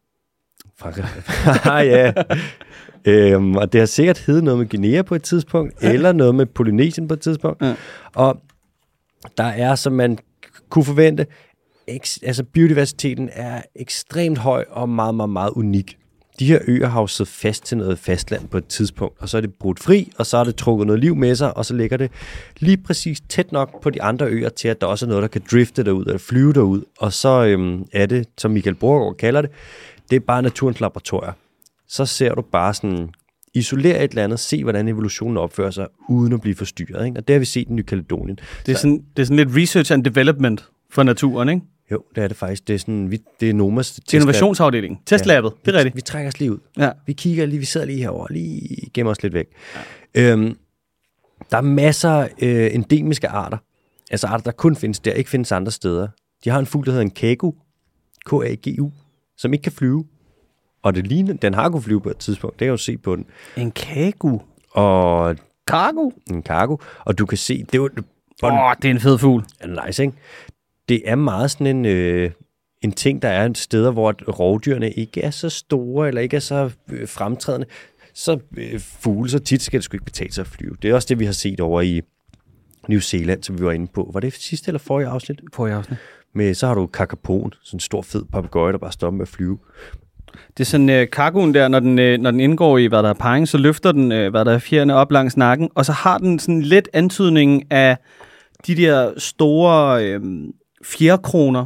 Ja. Og det har sikkert heddet noget med Guinea på et tidspunkt, eller noget med Polynesien på et tidspunkt. Ja. Og der er, som man kunne forvente, altså biodiversiteten er ekstremt høj og meget, meget, meget unik. De her øer har jo siddet fast til noget fastland på et tidspunkt, og så er det brudt fri, og så er det trukket noget liv med sig, og så ligger det lige præcis tæt nok på de andre øer til, at der også er noget, der kan drifte derud, eller flyve derud. Og så er det, som Michael Borregaard kalder det, det er bare naturens laboratorier. Så ser du bare sådan, isolere et eller andet, se hvordan evolutionen opfører sig, uden at blive forstyrret. Ikke? Og det har vi set i Ny Kaledonien. Det er sådan lidt research and development for naturen, ikke? Jo, det er det faktisk. Det er sådan, det er Nomas innovationsafdeling. Testlabbet, det er rigtigt. Vi trækker os lige ud. Ja. Vi kigger lige, vi sidder lige herovre, lige gemmer os lidt væk. Ja. Der er masser endemiske arter. Altså arter, der kun findes der, ikke findes andre steder. De har en fugl, der hedder en kagu, K-A-G-U, som ikke kan flyve. Og det ligner, den har kunnet flyve på et tidspunkt. Det kan du se på den. En kagu? Og cargo? En cargo. Og du kan se, det er det er en fed fugl. Ja, nice, ikke? Det er meget sådan en ting, der er et steder, hvor rovdyrene ikke er så store, eller ikke er så fremtrædende. Så fugle, så tit skal det sgu ikke betale sig at flyve. Det er også det, vi har set over i New Zealand, som vi var inde på. Var det sidste eller forrige afsnit? Forrige afsnit. Men så har du kakapon, sådan en stor fed papegøje, der bare stopper med at flyve. Det er sådan, cargoen der, når den indgår i, hvad der er parring, så løfter den, hvad der er fjerne op langs nakken, og så har den sådan lidt antydning af de der store fjerkroner,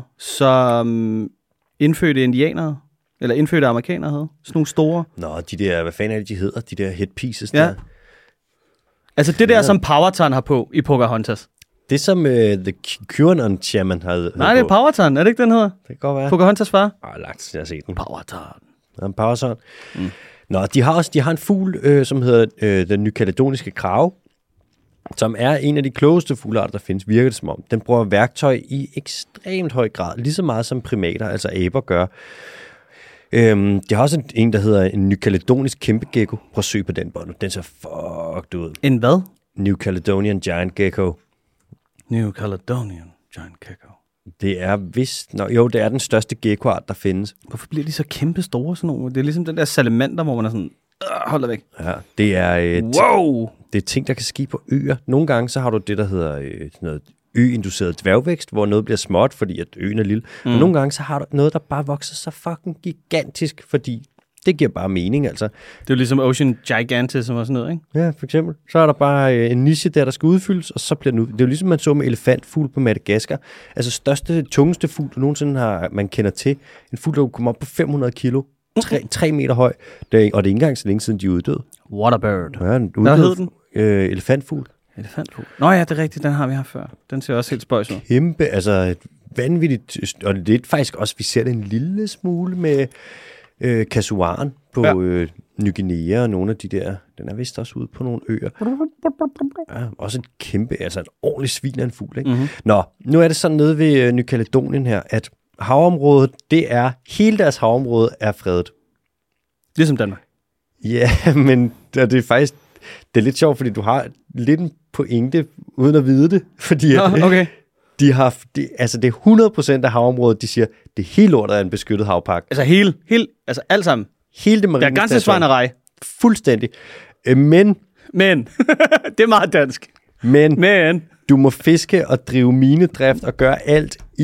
som indfødte indianere, eller indfødte amerikanere havde. Sådan nogle store. Nå, de der, hvad fanden er det, de hedder? De der headpieces ja. Der. Altså det der, som Powhatan har på i Pocahontas. Det som The QAnon Shaman havde. Nej, det er Powhatan, er det ikke den hedder? Det kan godt være. Pocahontas far? Langt siden jeg har set den. Powhatan. Ja, Powhatan. Nå, de har en fugl, som hedder den nykaledoniske krage, som er en af de klogeste fuglearter, der findes, virker det som om. Den bruger værktøj i ekstremt høj grad, lige så meget som primater, altså aber gør. De har også en, der hedder en nykaledonisk kæmpegecko. Prøv at søge på den bånd. Den ser fucked ud. En hvad? New Caledonian Giant Gecko. New Caledonian Giant Gecko. Det er vist... Jo, det er den største geckoart, der findes. Hvorfor bliver de så kæmpe store sådan nogle? Det er ligesom den der salamander, hvor man er sådan... hold da væk. Ja, det er... wow! Det er ting, der kan ske på øer. Nogle gange så har du det, der hedder noget ø-induceret dværgvækst, hvor noget bliver småt, fordi at øen er lille. Og nogle gange så har du noget, der bare vokser så fucking gigantisk, fordi det giver bare mening, altså. Det er jo ligesom Ocean Gigantism og sådan noget, ikke? Ja, for eksempel. Så er der bare en niche der skal udfyldes, og så bliver den ud. Det er jo ligesom, man så med elefantfugl på Madagaskar. Altså største, tungeste fugl, du nogensinde man kender til. En fugl, der kunne komme op på 500 kilo. 3 meter høj. Og det er ikke engang så længe siden, de er uddøde. Waterbird. Ja, hvad hed den? Elefantfugl. Elefantfugl. Nå ja, det er rigtigt, den har vi haft før. Den ser også helt spøjs ud. Kæmpe, altså vanvittigt. Og det er faktisk også, vi ser det en lille smule med kasuaren på Ny Guinea og nogle af de der. Den er vist også ude på nogle øer. Ja, også et kæmpe, altså et ordentligt svin af en fugl, ikke? Mm-hmm. Nå, nu er det sådan nede ved Ny Kaledonien her, at havområdet, hele deres havområde er fredet. Ligesom Danmark. Ja, men det er faktisk, det er lidt sjovt, fordi du har lidt en pointe, uden at vide det, fordi okay. Det er 100% af havområdet, de siger, det hele lortet er en beskyttet havpark. Altså altså alt sammen. Hele det marine. Der er grænsesvejnerej. Fuldstændig. Men. Det er meget dansk. Men. Du må fiske og drive minedrift og gøre alt i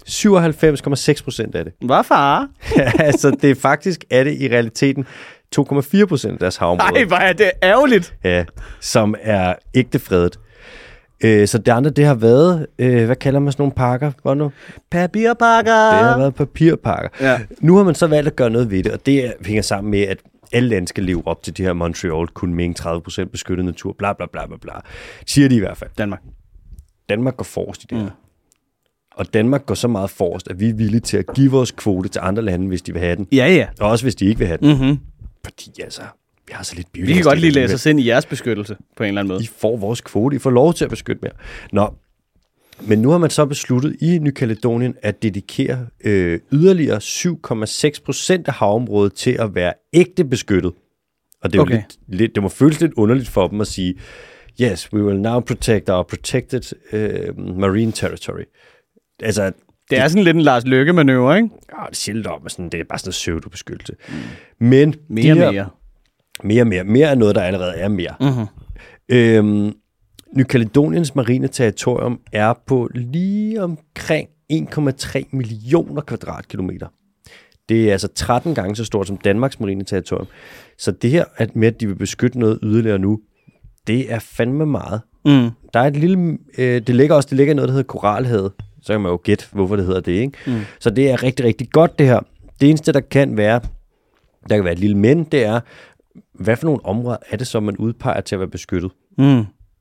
97,6% af det. Hvad far? Altså, det er faktisk er det i realiteten 2,4% af deres havområde. Nej, hvor er det ærgerligt. Ja, som er ægte fredet. Så det andre, det har været, hvad kalder man sådan nogle pakker? Hvad nu? Papirpakker. Det har været papirpakker. Ja. Nu har man så valgt at gøre noget ved det, og det hænger sammen med, at alle lande skal leve op til de her Montreal Kunming 30% beskyttet natur, bla bla bla bla bla. Siger de i hvert fald. Danmark går forrest i det her. Og Danmark går så meget forrest, at vi er villige til at give vores kvote til andre lande, hvis de vil have den. Ja. Og også hvis de ikke vil have den. Mm-hmm. Fordi altså, vi har så lidt Vi kan godt lige læse os ind i jeres beskyttelse på en eller anden måde. I får vores kvote, I får lov til at beskytte mere. Nå, men nu har man så besluttet i Ny Kaledonien at dedikere yderligere 7,6% af havområdet til at være ægte beskyttet. Og det er jo lidt, det må føles lidt underligt for dem at sige, yes, we will now protect our protected marine territory. Altså, det er sådan lidt en Lars Løkke-manøvre, ikke? Ja, det siger lidt om, at det er bare sådan en pseudo-beskyttelse. Men mere. Mere er noget, der allerede er mere. Mm-hmm. Ny Kaledoniens marine territorium er på lige omkring 1,3 millioner kvadratkilometer. Det er altså 13 gange så stort som Danmarks marine territorium. Så det her med, at de vil beskytte noget yderligere nu, det er fandme meget. Mm. Der er et lille... det ligger i noget, der hedder Koralhavet. Så kan man jo gætte, hvorfor det hedder det, ikke? Mm. Så det er rigtig, rigtig godt, det her. Det eneste, der kan være et lille men, det er, hvad for nogle områder er det, som man udpeger til at være beskyttet? Mm.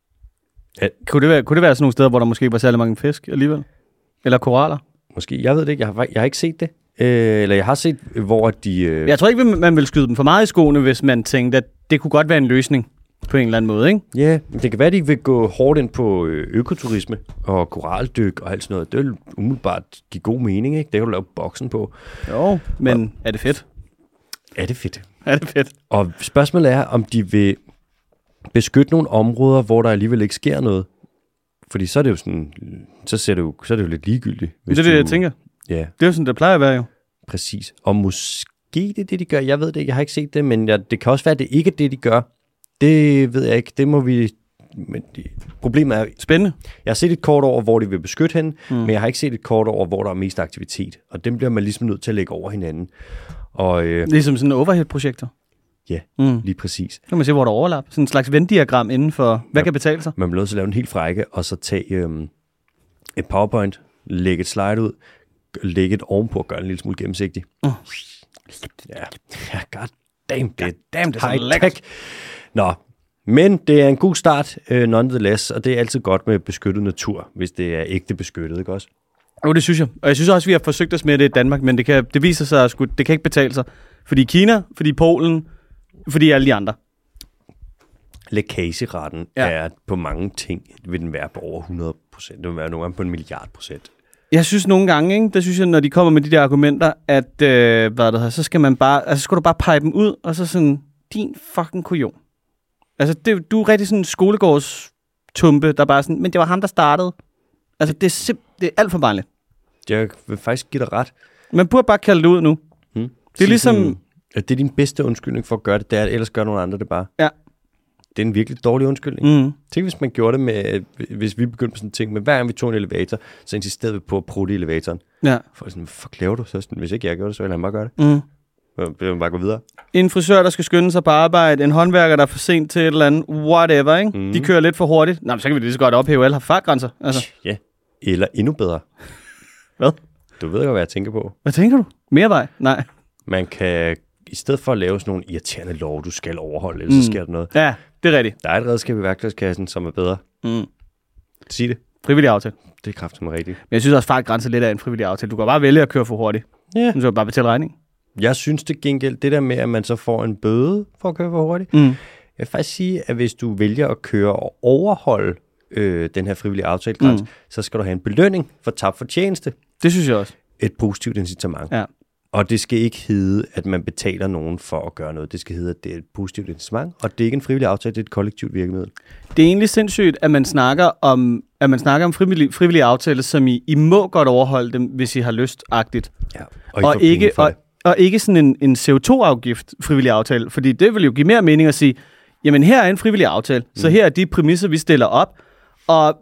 Kunne det være sådan nogle steder, hvor der måske var særlig mange fisk alligevel? Eller koraller? Måske. Jeg ved det ikke. Jeg har ikke set det. Eller jeg har set, hvor de... Jeg tror ikke, man vil skyde dem for meget i skoene, hvis man tænkte, at det kunne godt være en løsning på en eller anden måde, ikke? Ja, det kan være, at de vil gå hårdt ind på økoturisme og koraldyk og alt sådan noget. Det vil umiddelbart give god mening, ikke? Det kan du lave boksen på. Jo, men er det fedt? Er det fedt? Er det fedt? Og spørgsmålet er, om de vil beskytte nogle områder, hvor der alligevel ikke sker noget. Fordi så er det jo sådan, så er det jo lidt ligegyldigt. Det er det, jeg tænker. Ja. Det er jo sådan, det plejer at være jo. Præcis. Og måske det er det, de gør. Jeg ved det ikke. Jeg har ikke set det, men det kan også være, at det ikke er det, de gør. Det ved jeg ikke. Det må vi... Men problemet er... Spændende. Jeg har set et kort over, hvor de vil beskytte hende, men jeg har ikke set et kort over, hvor der er mest aktivitet. Og dem bliver man ligesom nødt til at lægge over hinanden. Og, ligesom sådan en overhead-projekter? Ja, lige præcis. Så kan man se, hvor der er overlap. Sådan en slags Venn-diagram inden for, hvad kan betale sig? Man bliver nødt til at lave en helt frække, og så tage et PowerPoint, lægge et slide ud, lægge et ovenpå og gøre en lille smule gennemsigtig. Ja, god damn, det er high-tech. Nå, men det er en god start, nonetheless, og det er altid godt med beskyttet natur, hvis det er ægte beskyttet, ikke også? Jo, det synes jeg. Og jeg synes også, vi har forsøgt os med det i Danmark, men det viser sig, at det kan ikke betale sig. Fordi Kina, fordi Polen, fordi alle de andre. Lækageraten er på mange ting, vil den være på over 100%. Det vil være nogle gange på 1 milliard procent. Jeg synes nogle gange, ikke? Der synes jeg, når de kommer med de der argumenter, at så skal man bare, altså skal du bare pege dem ud, og så sådan, din fucking kujon. Altså, du er rigtig sådan en skolegårdstumpe, der bare sådan, men det var ham, der startede. Altså, det er alt for barnligt. Jeg vil faktisk give dig ret. Man burde bare kalde det ud nu. Det er ligesom... At det er din bedste undskyldning for at gøre det, det er, at ellers gør nogle andre det bare. Ja. Det er en virkelig dårlig undskyldning. Tænk, hvis man gjorde det med, hvis vi begyndte på sådan en ting, men hver gang vi tog en elevator, så insisterede vi på at prutte i elevatoren. Ja. For sådan, fuck laver du? Så sådan, hvis ikke jeg gjorde det, så ville han bare gøre det. Så vil man bare gå videre. En frisør, der skal skynde sig på arbejde, en håndværker, der er for sent til et eller andet, whatever, ikke? De kører lidt for hurtigt. Nå, men så kan vi lige så godt ophæve alle fartgrænser. Altså. Ja, eller endnu bedre. Hvad? Du ved jo, hvad jeg tænker på. Hvad tænker du? Mere vej? Nej. Man kan, i stedet for at lave sådan nogle irriterende lov, du skal overholde, ellers så sker der noget. Ja, det er rigtigt. Der er et redskab i værktøjskassen, som er bedre. Sig det. Frivillig aftale. Det er kraftigt rigtigt. Men jeg synes også, fartgrænser lidt af en frivillig aftale. Du kan bare vælge at køre for hurtigt. Ja. Så kan du bare betale regning. Jeg synes det gengæld, det der med, at man så får en bøde for at køre for hurtigt. Jeg vil faktisk sige, at hvis du vælger at køre og overholde den her frivillige aftalegrænse, så skal du have en belønning for tabt fortjeneste. Det synes jeg også. Et positivt incitament. Ja. Og det skal ikke hedde, at man betaler nogen for at gøre noget. Det skal hedde, at det er et positivt incitament, og det er ikke en frivillig aftale, det er et kollektivt virkemiddel. Det er egentlig sindssygt, at man snakker om frivillige aftaler, som I må godt overholde dem, hvis I har lyst-agtigt. Ja, og ikke sådan en CO2-afgift frivillig aftale, fordi det vil jo give mere mening at sige, jamen her er en frivillig aftale, så her er de præmisser, vi stiller op, og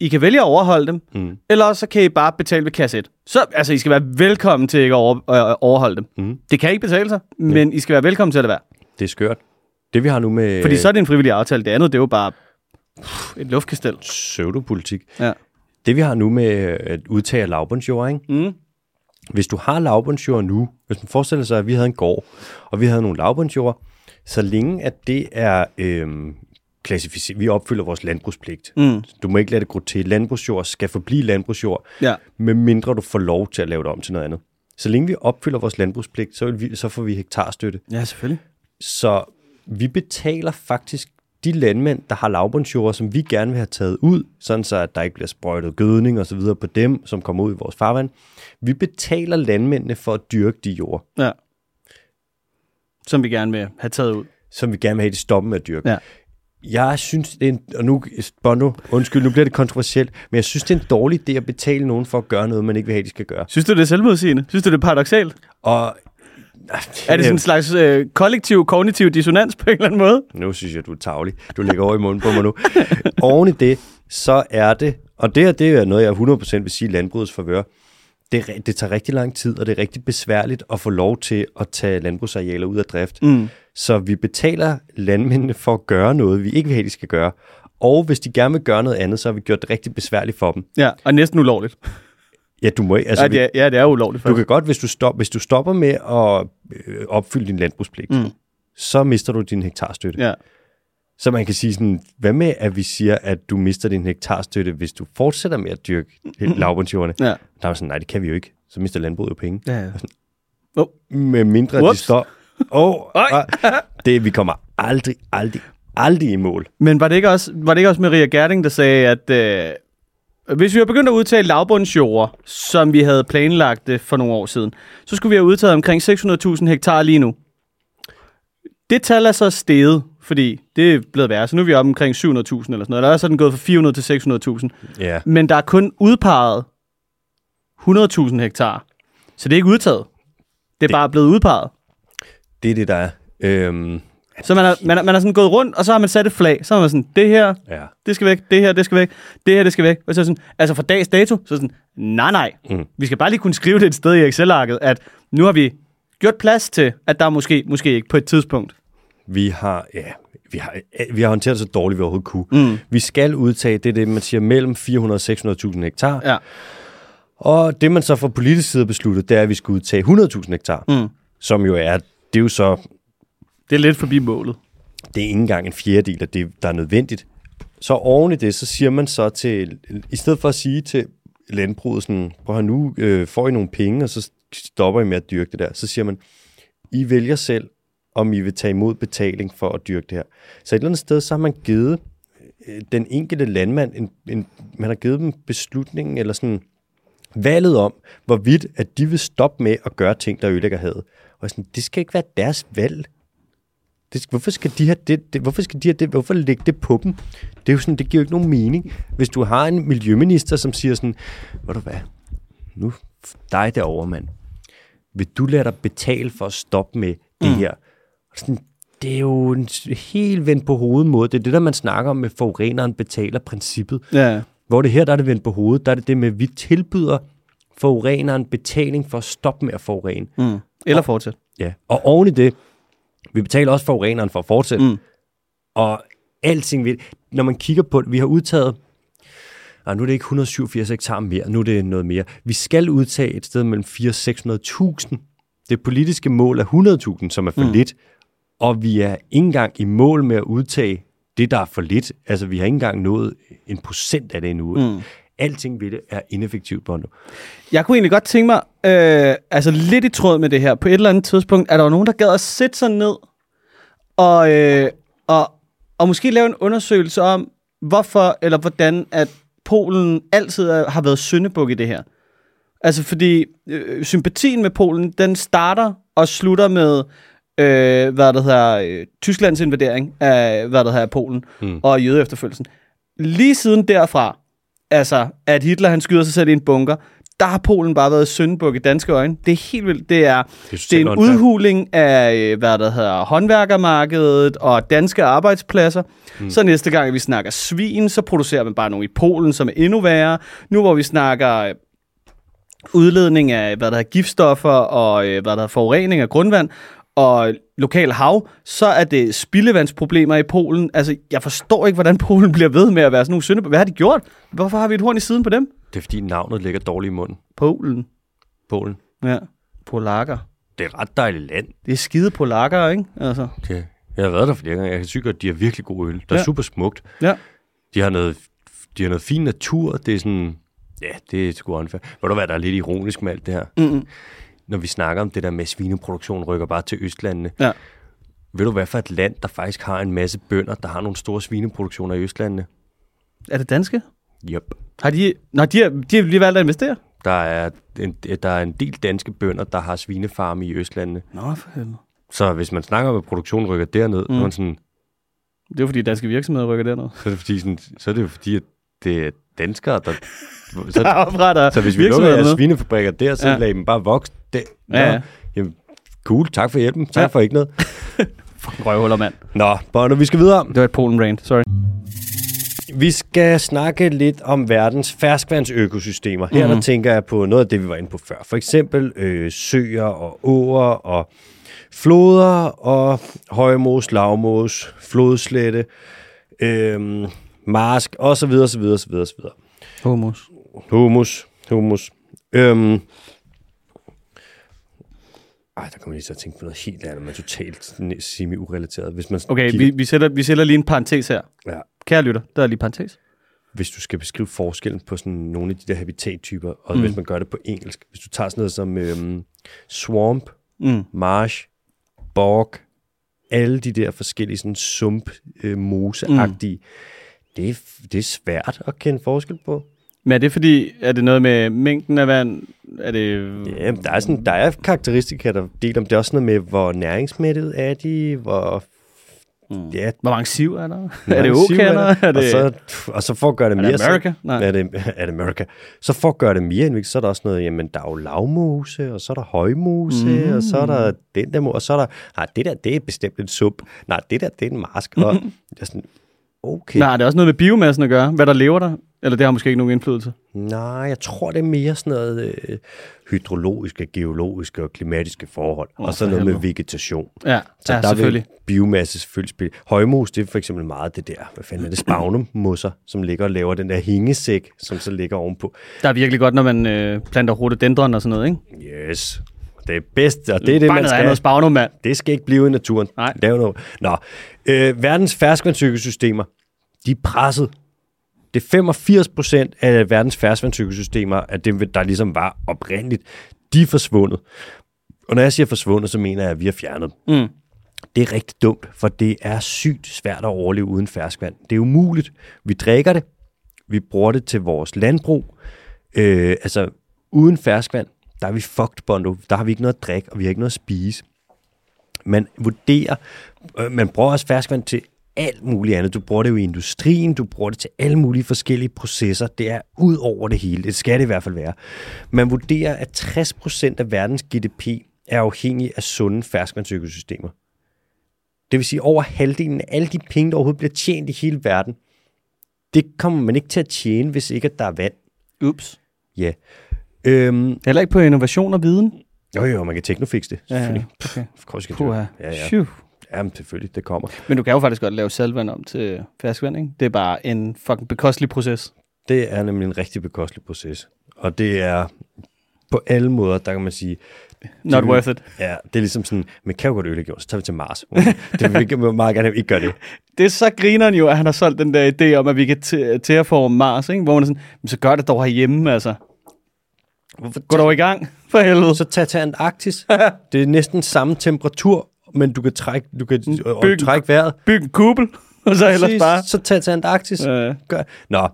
I kan vælge at overholde dem, eller så kan I bare betale ved kasse 1. Så, altså, I skal være velkommen til ikke at overholde dem. Det kan ikke betale sig, men I skal være velkommen til at det være. Det er skørt. Det vi har nu med... Fordi så er det en frivillig aftale. Det andet, det er jo bare et luftkastel. Pseudopolitik. Ja. Det vi har nu med at udtage lavbundsjord, ikke? Hvis du har lavbundsjord nu, hvis man forestiller sig, at vi havde en gård, og vi havde nogle lavbundsjord, så længe at det er klassificeret, vi opfylder vores landbrugspligt. Du må ikke lade det gro til. Landbrugsjord skal forblive landbrugsjord, medmindre du får lov til at lave det om til noget andet. Så længe vi opfylder vores landbrugspligt, så får vi hektarstøtte. Ja, selvfølgelig. Så vi betaler faktisk de landmænd, der har lavbundsjord, som vi gerne vil have taget ud, sådan så at der ikke bliver sprøjtet gødning og så videre på dem, som kommer ud i vores farvand. Vi betaler landmændene for at dyrke de jord. Ja. Som vi gerne vil have taget ud. Som vi gerne vil have de stoppe med at dyrke. Ja. Jeg synes, det er og nu, Bondo, undskyld, nu bliver det kontroversielt, men jeg synes, det er en dårlig idé at betale nogen for at gøre noget, man ikke vil have, de skal gøre. Synes du, det er selvmodsigende? Synes du, det er paradoksalt? Og er det sådan en slags kollektiv, kognitiv dissonans på en eller anden måde? Nu synes jeg, du er tarvelig. Du lægger over i munden på mig nu. Oven i det, så er det, og det er noget, jeg 100% vil sige landbrugets favør. Det tager rigtig lang tid, og det er rigtig besværligt at få lov til at tage landbrugsarealer ud af drift. Så vi betaler landmændene for at gøre noget, vi ikke vil have, de skal gøre. Og hvis de gerne vil gøre noget andet, så har vi gjort det rigtig besværligt for dem. Ja, og næsten ulovligt. Ja, du må ikke. Altså, ja, det er ulovligt. Du kan godt, hvis du stopper med at opfylde din landbrugspligt, så mister du din hektarstøtte. Ja. Så man kan sige sådan, hvad med, at vi siger, at du mister din hektarstøtte, hvis du fortsætter med at dyrke lavbundsjordene? Ja. Der er sådan, nej, det kan vi jo ikke. Så mister landbruget jo penge. Ja. Med mindre de står... vi kommer aldrig i mål. Men var det ikke også Maria Gerding, der sagde, at hvis vi var begyndt at udtage lavbundsjord, som vi havde planlagt det for nogle år siden, så skulle vi have udtaget omkring 600.000 hektar lige nu. Det tal er så steget, fordi det er blevet værre. Så nu er vi oppe omkring 700.000 eller sådan noget. Der er sådan gået fra 400 til 600.000. Yeah. Men der er kun udpeget 100.000 hektar. Så det er ikke udtaget. Det er bare blevet udpeget. Det er det, der er. Så man er sådan gået rundt, og så har man sat et flag. Så har man sådan, det her, det skal væk, det her, det skal væk, det her, det skal væk. Og så sådan, altså fra dags dato, så sådan, nej. Vi skal bare lige kunne skrive det et sted i Excel-arket, at nu har vi gjort plads til, at der måske ikke på et tidspunkt. Vi har håndteret det så dårligt, vi overhovedet kunne. Vi skal udtage det, man siger, mellem 400 og 600.000 hektar. Ja. Og det, man så fra politisk side besluttet, det er, at vi skal udtage 100.000 hektar. Som jo er, det er jo så... Det er lidt forbi målet. Det er ikke engang en fjerdedel af det, der er nødvendigt. Så oven i det, så siger man så til... I stedet for at sige til landbruget sådan, prøv at nu får I nogle penge, og så stopper I med at dyrke det der. Så siger man, I vælger selv, om I vil tage imod betaling for at dyrke det her. Så et eller andet sted, så har man givet den enkelte landmand, man har givet dem beslutningen, eller sådan valget om, hvorvidt at de vil stoppe med at gøre ting, der ødelægger havet. Og sådan, det skal ikke være deres valg. Hvorfor skal de have det? Hvorfor lægge det på dem? Det er jo sådan, det giver jo ikke nogen mening. Hvis du har en miljøminister, som siger sådan, ved du hvad, nu dig derovre, mand. Vil du lade dig betale for at stoppe med det her? Sådan, det er jo en helt vendt på hovedet måde. Det er det, der man snakker om med forureneren betaler princippet. Ja. Hvor det her, der er det vendt på hovedet. Der er det det med, at vi tilbyder forureneren betaling for at stoppe med at forurene. Eller fortsætte. Ja, og oven i det, vi betaler også forureneren for at fortsætte. Og alting ved, når man kigger på det, vi har udtaget, nu er det ikke 187 hektar mere, nu er det noget mere. Vi skal udtage et sted mellem 400-600.000. Det politiske mål er 100.000, som er for lidt. Og vi er ikke engang i mål med at udtage det, der er for lidt. Altså, vi har ikke engang nået 1% af det endnu. Alting ved det er ineffektivt, Bondo. Jeg kunne egentlig godt tænke mig, altså lidt i tråd med det her, på et eller andet tidspunkt, er der jo nogen, der gad at sætte sig ned og måske lave en undersøgelse om, hvorfor eller hvordan, at Polen altid har været syndebuk i det her. Altså fordi sympatien med Polen, den starter og slutter med Tysklands invadering af Polen og jødeefterfølgelsen. Lige siden derfra, altså at Hitler han skyder sig selv i en bunker, der har Polen bare været syndebuk i danske øjne. Det er helt vildt. Det er en udhuling af, hvad der hedder, håndværkermarkedet og danske arbejdspladser. Så næste gang, vi snakker svin, så producerer man bare nogle i Polen, som er endnu værre. Nu hvor vi snakker udledning af, hvad der er giftstoffer og hvad der er forurening af grundvand og lokal hav, så er det spildevandsproblemer i Polen. Altså, jeg forstår ikke, hvordan Polen bliver ved med at være sådan nogle syndebuk. Hvad har de gjort? Hvorfor har vi et horn i siden på dem? Det er fordi navnet ligger dårligt i munden. Polen. Ja. Polakker. Det er et ret dejligt land. Det er skide polakker, ikke? Altså. Okay. Jeg har været der flere gange. Jeg kan sige godt, at de har virkelig god øl. Der er super smukt. Ja. De har noget fin natur. Det er sådan... Ja, det er sgu unfair. Ved du hvad, der er lidt ironisk med alt det her? Når vi snakker om det der med svineproduktion, rykker bare til Østlandene. Ja. Ved du hvad for et land, der faktisk har en masse bønder, der har nogle store svineproduktioner i Østlandene? Er det danske? Yep. Har de... Nå, de har lige valgt at investere? Der er en del danske bønder, der har svinefarme i Østlandene. Nå, for helvede. Så hvis man snakker om, at produktionen rykker derned, så er man sådan... Det er jo fordi, danske virksomheder rykker derned. Så er det fordi at det er danskere, der opretter så hvis vi lukker svinefabrikker der, så lader dem bare vokse. Jamen, cool, tak for hjælpen. Tak for ikke noget. Fucking røvhuller, mand. Nå, Bono, vi skal videre. Det var et Polen-rant, sorry. Vi skal snakke lidt om verdens ferskvandsøkosystemer. Her der tænker jeg på noget af det, vi var inde på før. For eksempel søer og åer og floder og højmos, lavmos, flodslette, marsk og så videre, så videre, så videre, så videre. Humus. Der kommer lige så at tænke på noget helt andet, men totalt semi-urelateret. Hvis man okay, vi sætter lige en parentes her. Ja. Kære lytter, der er lige parentes. Hvis du skal beskrive forskellen på sådan nogle af de der habitattyper, og hvis man gør det på engelsk. Hvis du tager sådan noget som swamp, marsh, bog, alle de der forskellige sådan sump-mose-agtige, det er svært at kende forskel på. Men er det fordi, er det noget med mængden af vand? Er det... Ja, der er karakteristika, der deler om det. Er også noget med, hvor næringsmættet er de, hvor... Ja, hvor mange siv er der? Er det okaner? Og så for at gøre det mere... Er det America? Er det America? Så for at gøre det mere indviklet, så er der også noget, jamen, der er jo lavmose, og så er der højmose, og så er der den der mose, og så er der... Nej, det der, det er bestemt en sump. Nej, det der, det er en marsk. Og det er sådan... Okay. Nej, det er også noget med biomassen at gøre. Hvad der lever der? Eller det har måske ikke nogen indflydelse? Nej, jeg tror, det er mere sådan noget hydrologiske, geologiske og klimatiske forhold. Og så noget med vegetation. Ja, så der selvfølgelig. Vil biomasse selvfølgelig spille. Højmos, det er for eksempel meget det der, hvad fanden er det, spagnummusser, som ligger og laver den der hængesæk, som så ligger ovenpå. Der er virkelig godt, når man planter rhododendron og sådan noget, ikke? Yes. Det er bedst, og det er det, man skal. Noget spagnum, mand. Det skal ikke blive i naturen. Nej. Lav noget. Nå, verdens ferskvandsøkosystemer, de er presset. Det er 85% af verdens ferskvandsøkosystemer, af dem, der ligesom var oprindeligt, de er forsvundet. Og når jeg siger forsvundet, så mener jeg, at vi har fjernet dem. Det er rigtig dumt, for det er sygt svært at overleve uden ferskvand. Det er umuligt. Vi drikker det. Vi bruger det til vores landbrug. Altså, uden ferskvand, der er vi fucked, Bondo. Der har vi ikke noget at drikke, og vi har ikke noget at spise. Man bruger også ferskvand til alt muligt andet. Du bruger det jo i industrien, du bruger det til alle mulige forskellige processer. Det er ud over det hele. Det skal det i hvert fald være. Man vurderer, at 60% af verdens GDP er afhængig af sunde ferskvandsøkosystemer. Det vil sige, over halvdelen af alle de penge, der overhovedet bliver tjent i hele verden, det kommer man ikke til at tjene, hvis ikke at der er vand. Ups. Ja. Heller ikke på innovation og viden? Jo, man kan teknofixe det. Selvfølgelig. Okay. Ja. Jamen, selvfølgelig, det kommer. Men du kan jo faktisk godt lave saltvand om til ferskvand, ikke? Det er bare en fucking bekostelig proces. Det er nemlig en rigtig bekostelig proces. Og det er på alle måder, der kan man sige... Not worth it. Ja, det er ligesom sådan, men kan jo godt ødelægge, så tager vi til Mars. Det vil vi meget gerne ikke gøre det. Det er så grineren jo, at han har solgt den der idé om, at vi kan terraforme Mars, ikke? Hvor man er sådan, men så gør det dog herhjemme, altså. Gå dog i gang, for helvede. Så tag til Antarktis. Det er næsten samme temperatur, men du kan trække vejret. Bygge en kuppel, og så ellers bare... Så tag til Antarktis. Nå.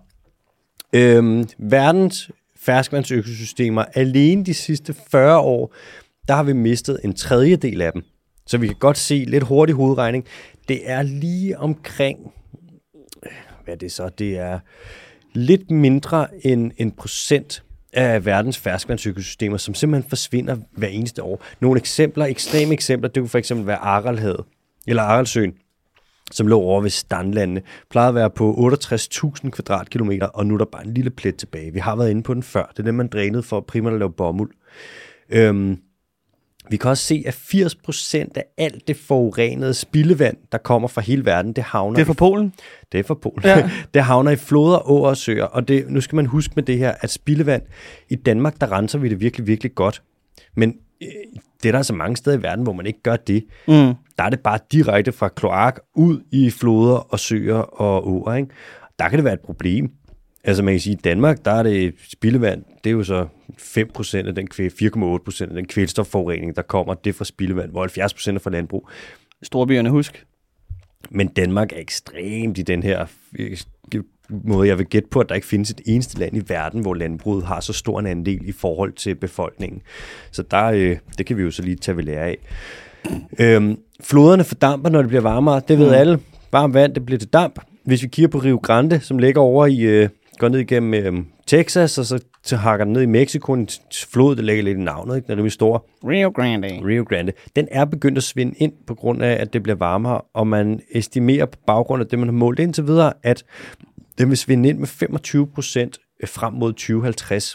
Verdens ferskvandsøkosystemer, alene de sidste 40 år, der har vi mistet en tredjedel af dem. Så vi kan godt se lidt hurtig hovedregning. Det er lige omkring... Hvad er det så? Det er lidt mindre end 1% af verdens ferskvandsøkosystemer, som simpelthen forsvinder hver eneste år. Nogle eksempler, ekstreme eksempler, det kunne for eksempel være Aralhavet, eller Aralsøen, som lå over ved Strandlandene, plejede at være på 68.000 kvadratkilometer, og nu er der bare en lille plet tilbage. Vi har været inde på den før. Det er den, man drænede for primært at lave bomuld. Vi kan også se, at 80% af alt det forurenede spildevand, der kommer fra hele verden, det havner... Det er fra Polen? Det er fra Polen. Ja. Det havner i floder, åer og søer. Og nu skal man huske med det her, at spildevand i Danmark, der renser vi det virkelig, virkelig godt. Men det er der altså mange steder i verden, hvor man ikke gør det. Der er det bare direkte fra kloak ud i floder og søer og åer. Ikke? Der kan det være et problem. Altså man kan sige, at i Danmark, der er det spildevand, det er jo så 5% af den 4,8% af den kvælstofforurening, der kommer, det fra spildevand, hvor 70% er fra landbrug. Storbyerne, husk. Men Danmark er ekstremt i den her måde, jeg vil gætte på, at der ikke findes et eneste land i verden, hvor landbruget har så stor en andel i forhold til befolkningen. Så der, det kan vi jo så lige tage ved lære af. Floderne fordamper, når det bliver varmere. Det ved alle. Varmt vand, det bliver til damp. Hvis vi kigger på Rio Grande, som ligger over i... går ned igennem Texas, og så hakker den ned i Mexico, en flod, der ligger lidt i navnet, ikke? Den er rimelig stor. Rio Grande. Den er begyndt at svinde ind på grund af, at det bliver varmere, og man estimerer på baggrund af det, man har målt indtil videre, at den vil svinde ind med 25% frem mod 2050.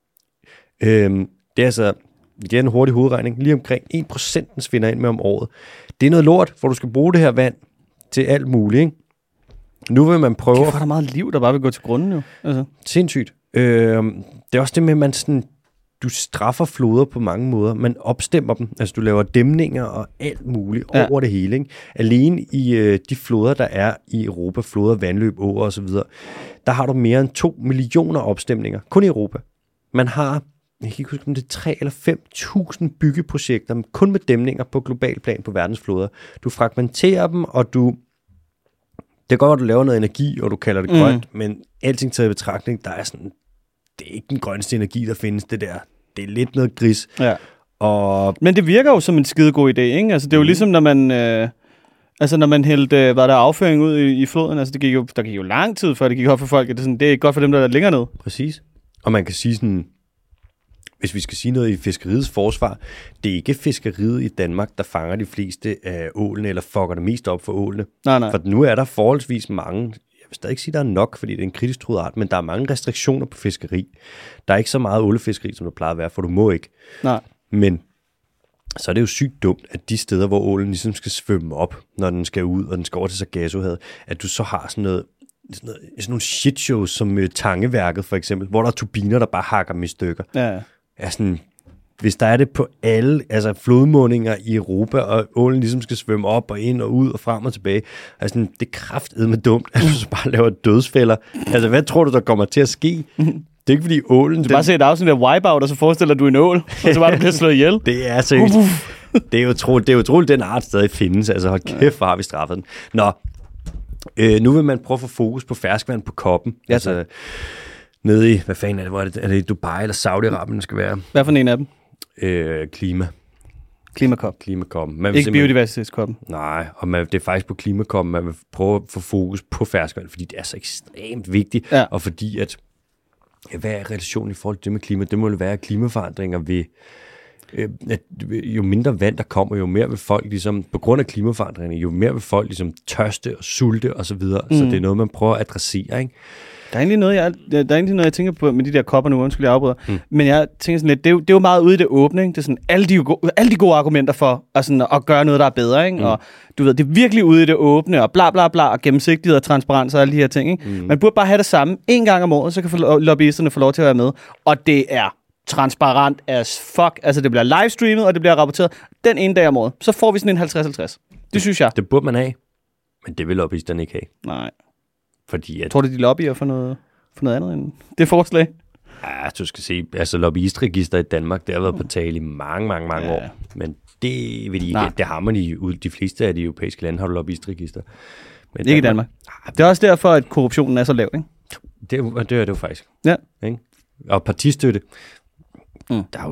Det er altså, det er en hurtig hovedregning, lige omkring 1% den svinder ind med om året. Det er noget lort, for du skal bruge det her vand til alt muligt, ikke? Nu vil man prøve... Det er der meget liv, der bare vil gå til grunden jo. Altså. Sindssygt. Det er også det med, at man sådan, du straffer floder på mange måder. Man opstemmer dem. Altså du laver dæmninger og alt muligt over det hele. Ikke? Alene i de floder, der er i Europa, floder, vandløb, åer osv., der har du mere end 2 millioner opstemninger. Kun i Europa. Man har, jeg kan ikke huske, om det er 3 eller 5.000 byggeprojekter, kun med dæmninger på global plan på verdens floder. Du fragmenterer dem, og du... Det er godt, at du laver noget energi, og du kalder det grønt, men alting taget i betragtning, der er sådan, det er ikke den grønneste energi, der findes, det der. Det er lidt noget gris. Ja. Men det virker jo som en skidegod idé, ikke? Altså, det er jo ligesom, når man hældte afføring ud i floden, altså, der gik jo lang tid, før det gik op for folk, det er ikke godt for dem, der er længere ned. Præcis. Og man kan sige sådan, hvis vi skal sige noget i fiskeriets forsvar, det er ikke fiskeriet i Danmark, der fanger de fleste af ålene, eller fucker det mest op for ålene. Nej. For nu er der forholdsvis mange, jeg vil stadig ikke sige, der er nok, fordi det er en kritisk truet art, men der er mange restriktioner på fiskeri. Der er ikke så meget ålefiskeri, som der plejer at være, for du må ikke. Nej. Men så er det jo sygt dumt, at de steder, hvor ålen ligesom skal svømme op, når den skal ud, og den skal over til Sargassohavet, at du så har sådan nogle shitshows som Tangeværket for eksempel, hvor der er turbiner, der bare hakker dem i stykker. Ja. Er sådan, hvis der er det på alle flodmundinger i Europa, og ålen ligesom skal svømme op og ind og ud og frem og tilbage, altså, det er kraftedme dumt, at du så bare laver dødsfælder. Altså, hvad tror du, der kommer til at ske? Det er ikke fordi ålen... Du bare ser et afsnit af Wipeout, og så forestiller du en ål, og så bare du bliver slået ihjel. Det er seriøst. Det er utroligt, den art stadig findes. Altså, hold kæft, hvor har vi straffet den. Nå, nu vil man prøve at få fokus på ferskvand på koppen. Ja, altså, nede i, hvad fanden er det, hvor er det? Er det i Dubai eller Saudi-Arabien, den skal være? Hvad for en af dem? Klima. Klimakoppen. Ikke biodiversitetskoppen. Nej, og det er faktisk på klimakoppen, man vil prøve at få fokus på ferskvand, fordi det er så ekstremt vigtigt, og fordi at, hvad er relationen i forhold til det med klima? Det må jo være klimaforandringer ved, at jo mindre vand der kommer, jo mere vil folk ligesom, på grund af klimaforandringerne, jo mere vil folk ligesom tørste og sulte og så videre, så det er noget, man prøver at adressere, ikke? Der er egentlig noget, jeg tænker på med de der kopper nu, undskyld, jeg afbryder. Men jeg tænker sådan lidt, det er jo meget ude i det åbne, ikke? Det er sådan alle de gode argumenter for at gøre noget, der er bedre, ikke? Og du ved, det er virkelig ude i det åbne, og bla bla bla, og gennemsigtighed og transparens og alle de her ting, ikke? Man burde bare have det samme en gang om året, så kan lobbyisterne få lov til at være med. Og det er transparent as fuck. Altså, det bliver livestreamet, og det bliver rapporteret den ene dag om året. Så får vi sådan en 50-50. Det synes jeg. Det burde man have, men det vil lobbyisterne ikke have. Nej. Fordi at... Tror du, de lobbyer for noget andet end det forslag? Ja, du skal se, altså lobbyistregister i Danmark, det har været på tale i mange år. Men det vil de ikke. Det har man i de fleste af de europæiske lande, har du lobbyistregister. Men ikke i Danmark. Det er også derfor, at korruptionen er så lav, ikke? Det er det jo faktisk. Ja. Ikke? Og partistøtte, der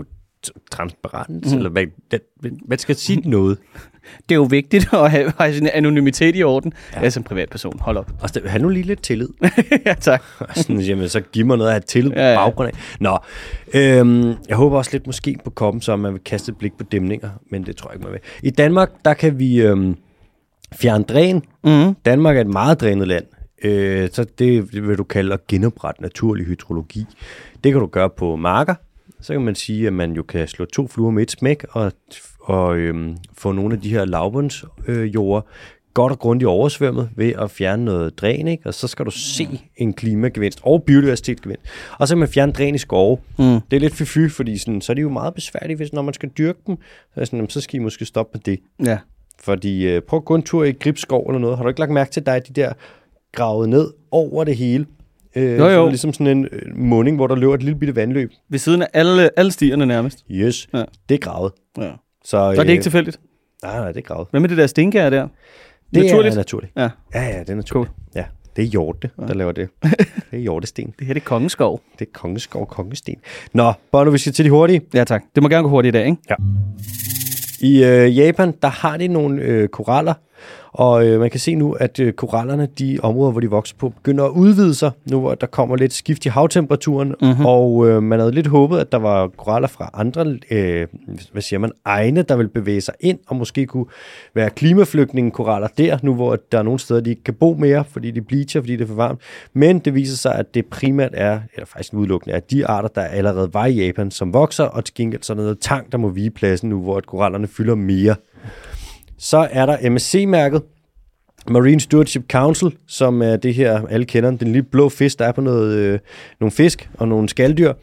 transparens, eller hvad skal sige noget? Det er jo vigtigt at have sin anonymitet i orden. Ja. Jeg er som privatperson. Hold op. Og have nu lige lidt tillid. Ja, tak. Sådan, jamen, så giv mig noget at have tillid på baggrund af. Nå, jeg håber også lidt måske på koppen, så man vil kaste et blik på dæmninger, men det tror jeg ikke, man vil. I Danmark, der kan vi fjerne dræn. Danmark er et meget drænet land. Så det vil du kalde at genoprette naturlig hydrologi. Det kan du gøre på marker. Så kan man sige, at man jo kan slå 2 fluer med et smæk og få nogle af de her lavbundsjorder godt og grundigt oversvømmet ved at fjerne noget dræn, ikke? Og så skal du se en klimagevinst og biodiversitetsgevinst. Og så kan man fjerne dræn i skove. Det er lidt fy, fordi sådan, så er det jo meget besværligt, hvis når man skal dyrke dem, så skal I måske stoppe med det. Ja. Fordi prøv at gå en tur i Gribskov eller noget. Har du ikke lagt mærke til dig, de der gravet ned over det hele? Jo. Ligesom sådan en munding, hvor der løber et lille bitte vandløb. Ved siden af alle stierne nærmest. Yes, ja. Det er gravet. Ja. Så er det ikke tilfældigt? Nej, det er gravet. Hvad med det der stenkær der? Det er naturligt. Ja, det er naturligt. Cool. Ja, det er hjorte, der laver det. Det er hjortesten. Det her det er kongeskov. Det er kongesten. Nå, Bono, vi skal til de hurtige. Ja, tak. Det må gerne gå hurtigt i dag, ikke? Ja. I Japan, der har de nogle koraller, og man kan se nu, at korallerne, de områder, hvor de vokser på, begynder at udvide sig, nu hvor der kommer lidt skift i havtemperaturen, og man havde lidt håbet, at der var koraller fra andre, egne, der vil bevæge sig ind, og måske kunne være klimaflygtninge-koraller der, nu hvor der er nogle steder, de ikke kan bo mere, fordi de bleacher, fordi det er for varmt. Men det viser sig, at det primært er, eller faktisk udelukkende, at de arter, der allerede var i Japan, som vokser, og til gengæld så er noget tang, der må vige pladsen nu, hvor korallerne fylder mere. Så er der MSC-mærket, Marine Stewardship Council, som er det her, alle kender, den lille blå fisk, der er på nogle fisk og nogle skalddyr.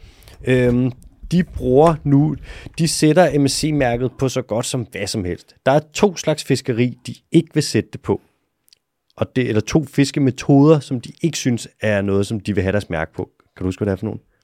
De sætter MSC-mærket på så godt som hvad som helst. Der er 2 slags fiskeri, de ikke vil sætte det på. Eller 2 fiskemetoder, som de ikke synes er noget, som de vil have deres mærke på. Kan du huske, hvad det er for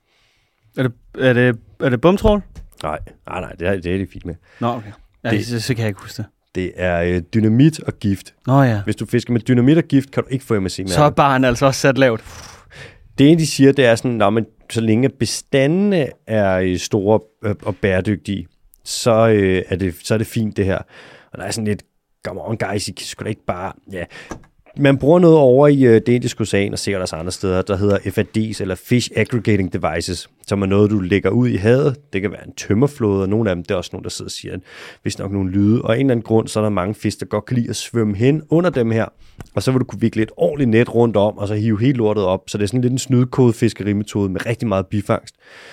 nogen? Er det bumtrål? Nej, det er de fint med. Nå, okay. Ja, så kan jeg ikke huske det. Det er dynamit og gift. Nå ja. Hvis du fisker med dynamit og gift, kan du ikke få MSC-mærket. Så er barn altså også sat lavt. Det, de siger, det er sådan, men så længe bestandene er store og bæredygtige, så er det fint, det her. Og der er sådan lidt, come on guys, I kan sgu da ikke bare... Ja. Man bruger noget over i det Indiske Ocean og sikkert også andre steder, der hedder FADs, eller Fish Aggregating Devices, som er noget, du lægger ud i havet. Det kan være en tømmerflåde, og nogle af dem, det er også nogen, der sidder og siger, hvis nok nogle lyde. Og af en eller anden grund, så er der mange fisk, der godt kan lide at svømme hen under dem her. Og så vil du kunne vikle et ordentligt net rundt om, og så hive helt lortet op. Så det er sådan lidt en snydekode fiskerimetode med rigtig meget bifangst.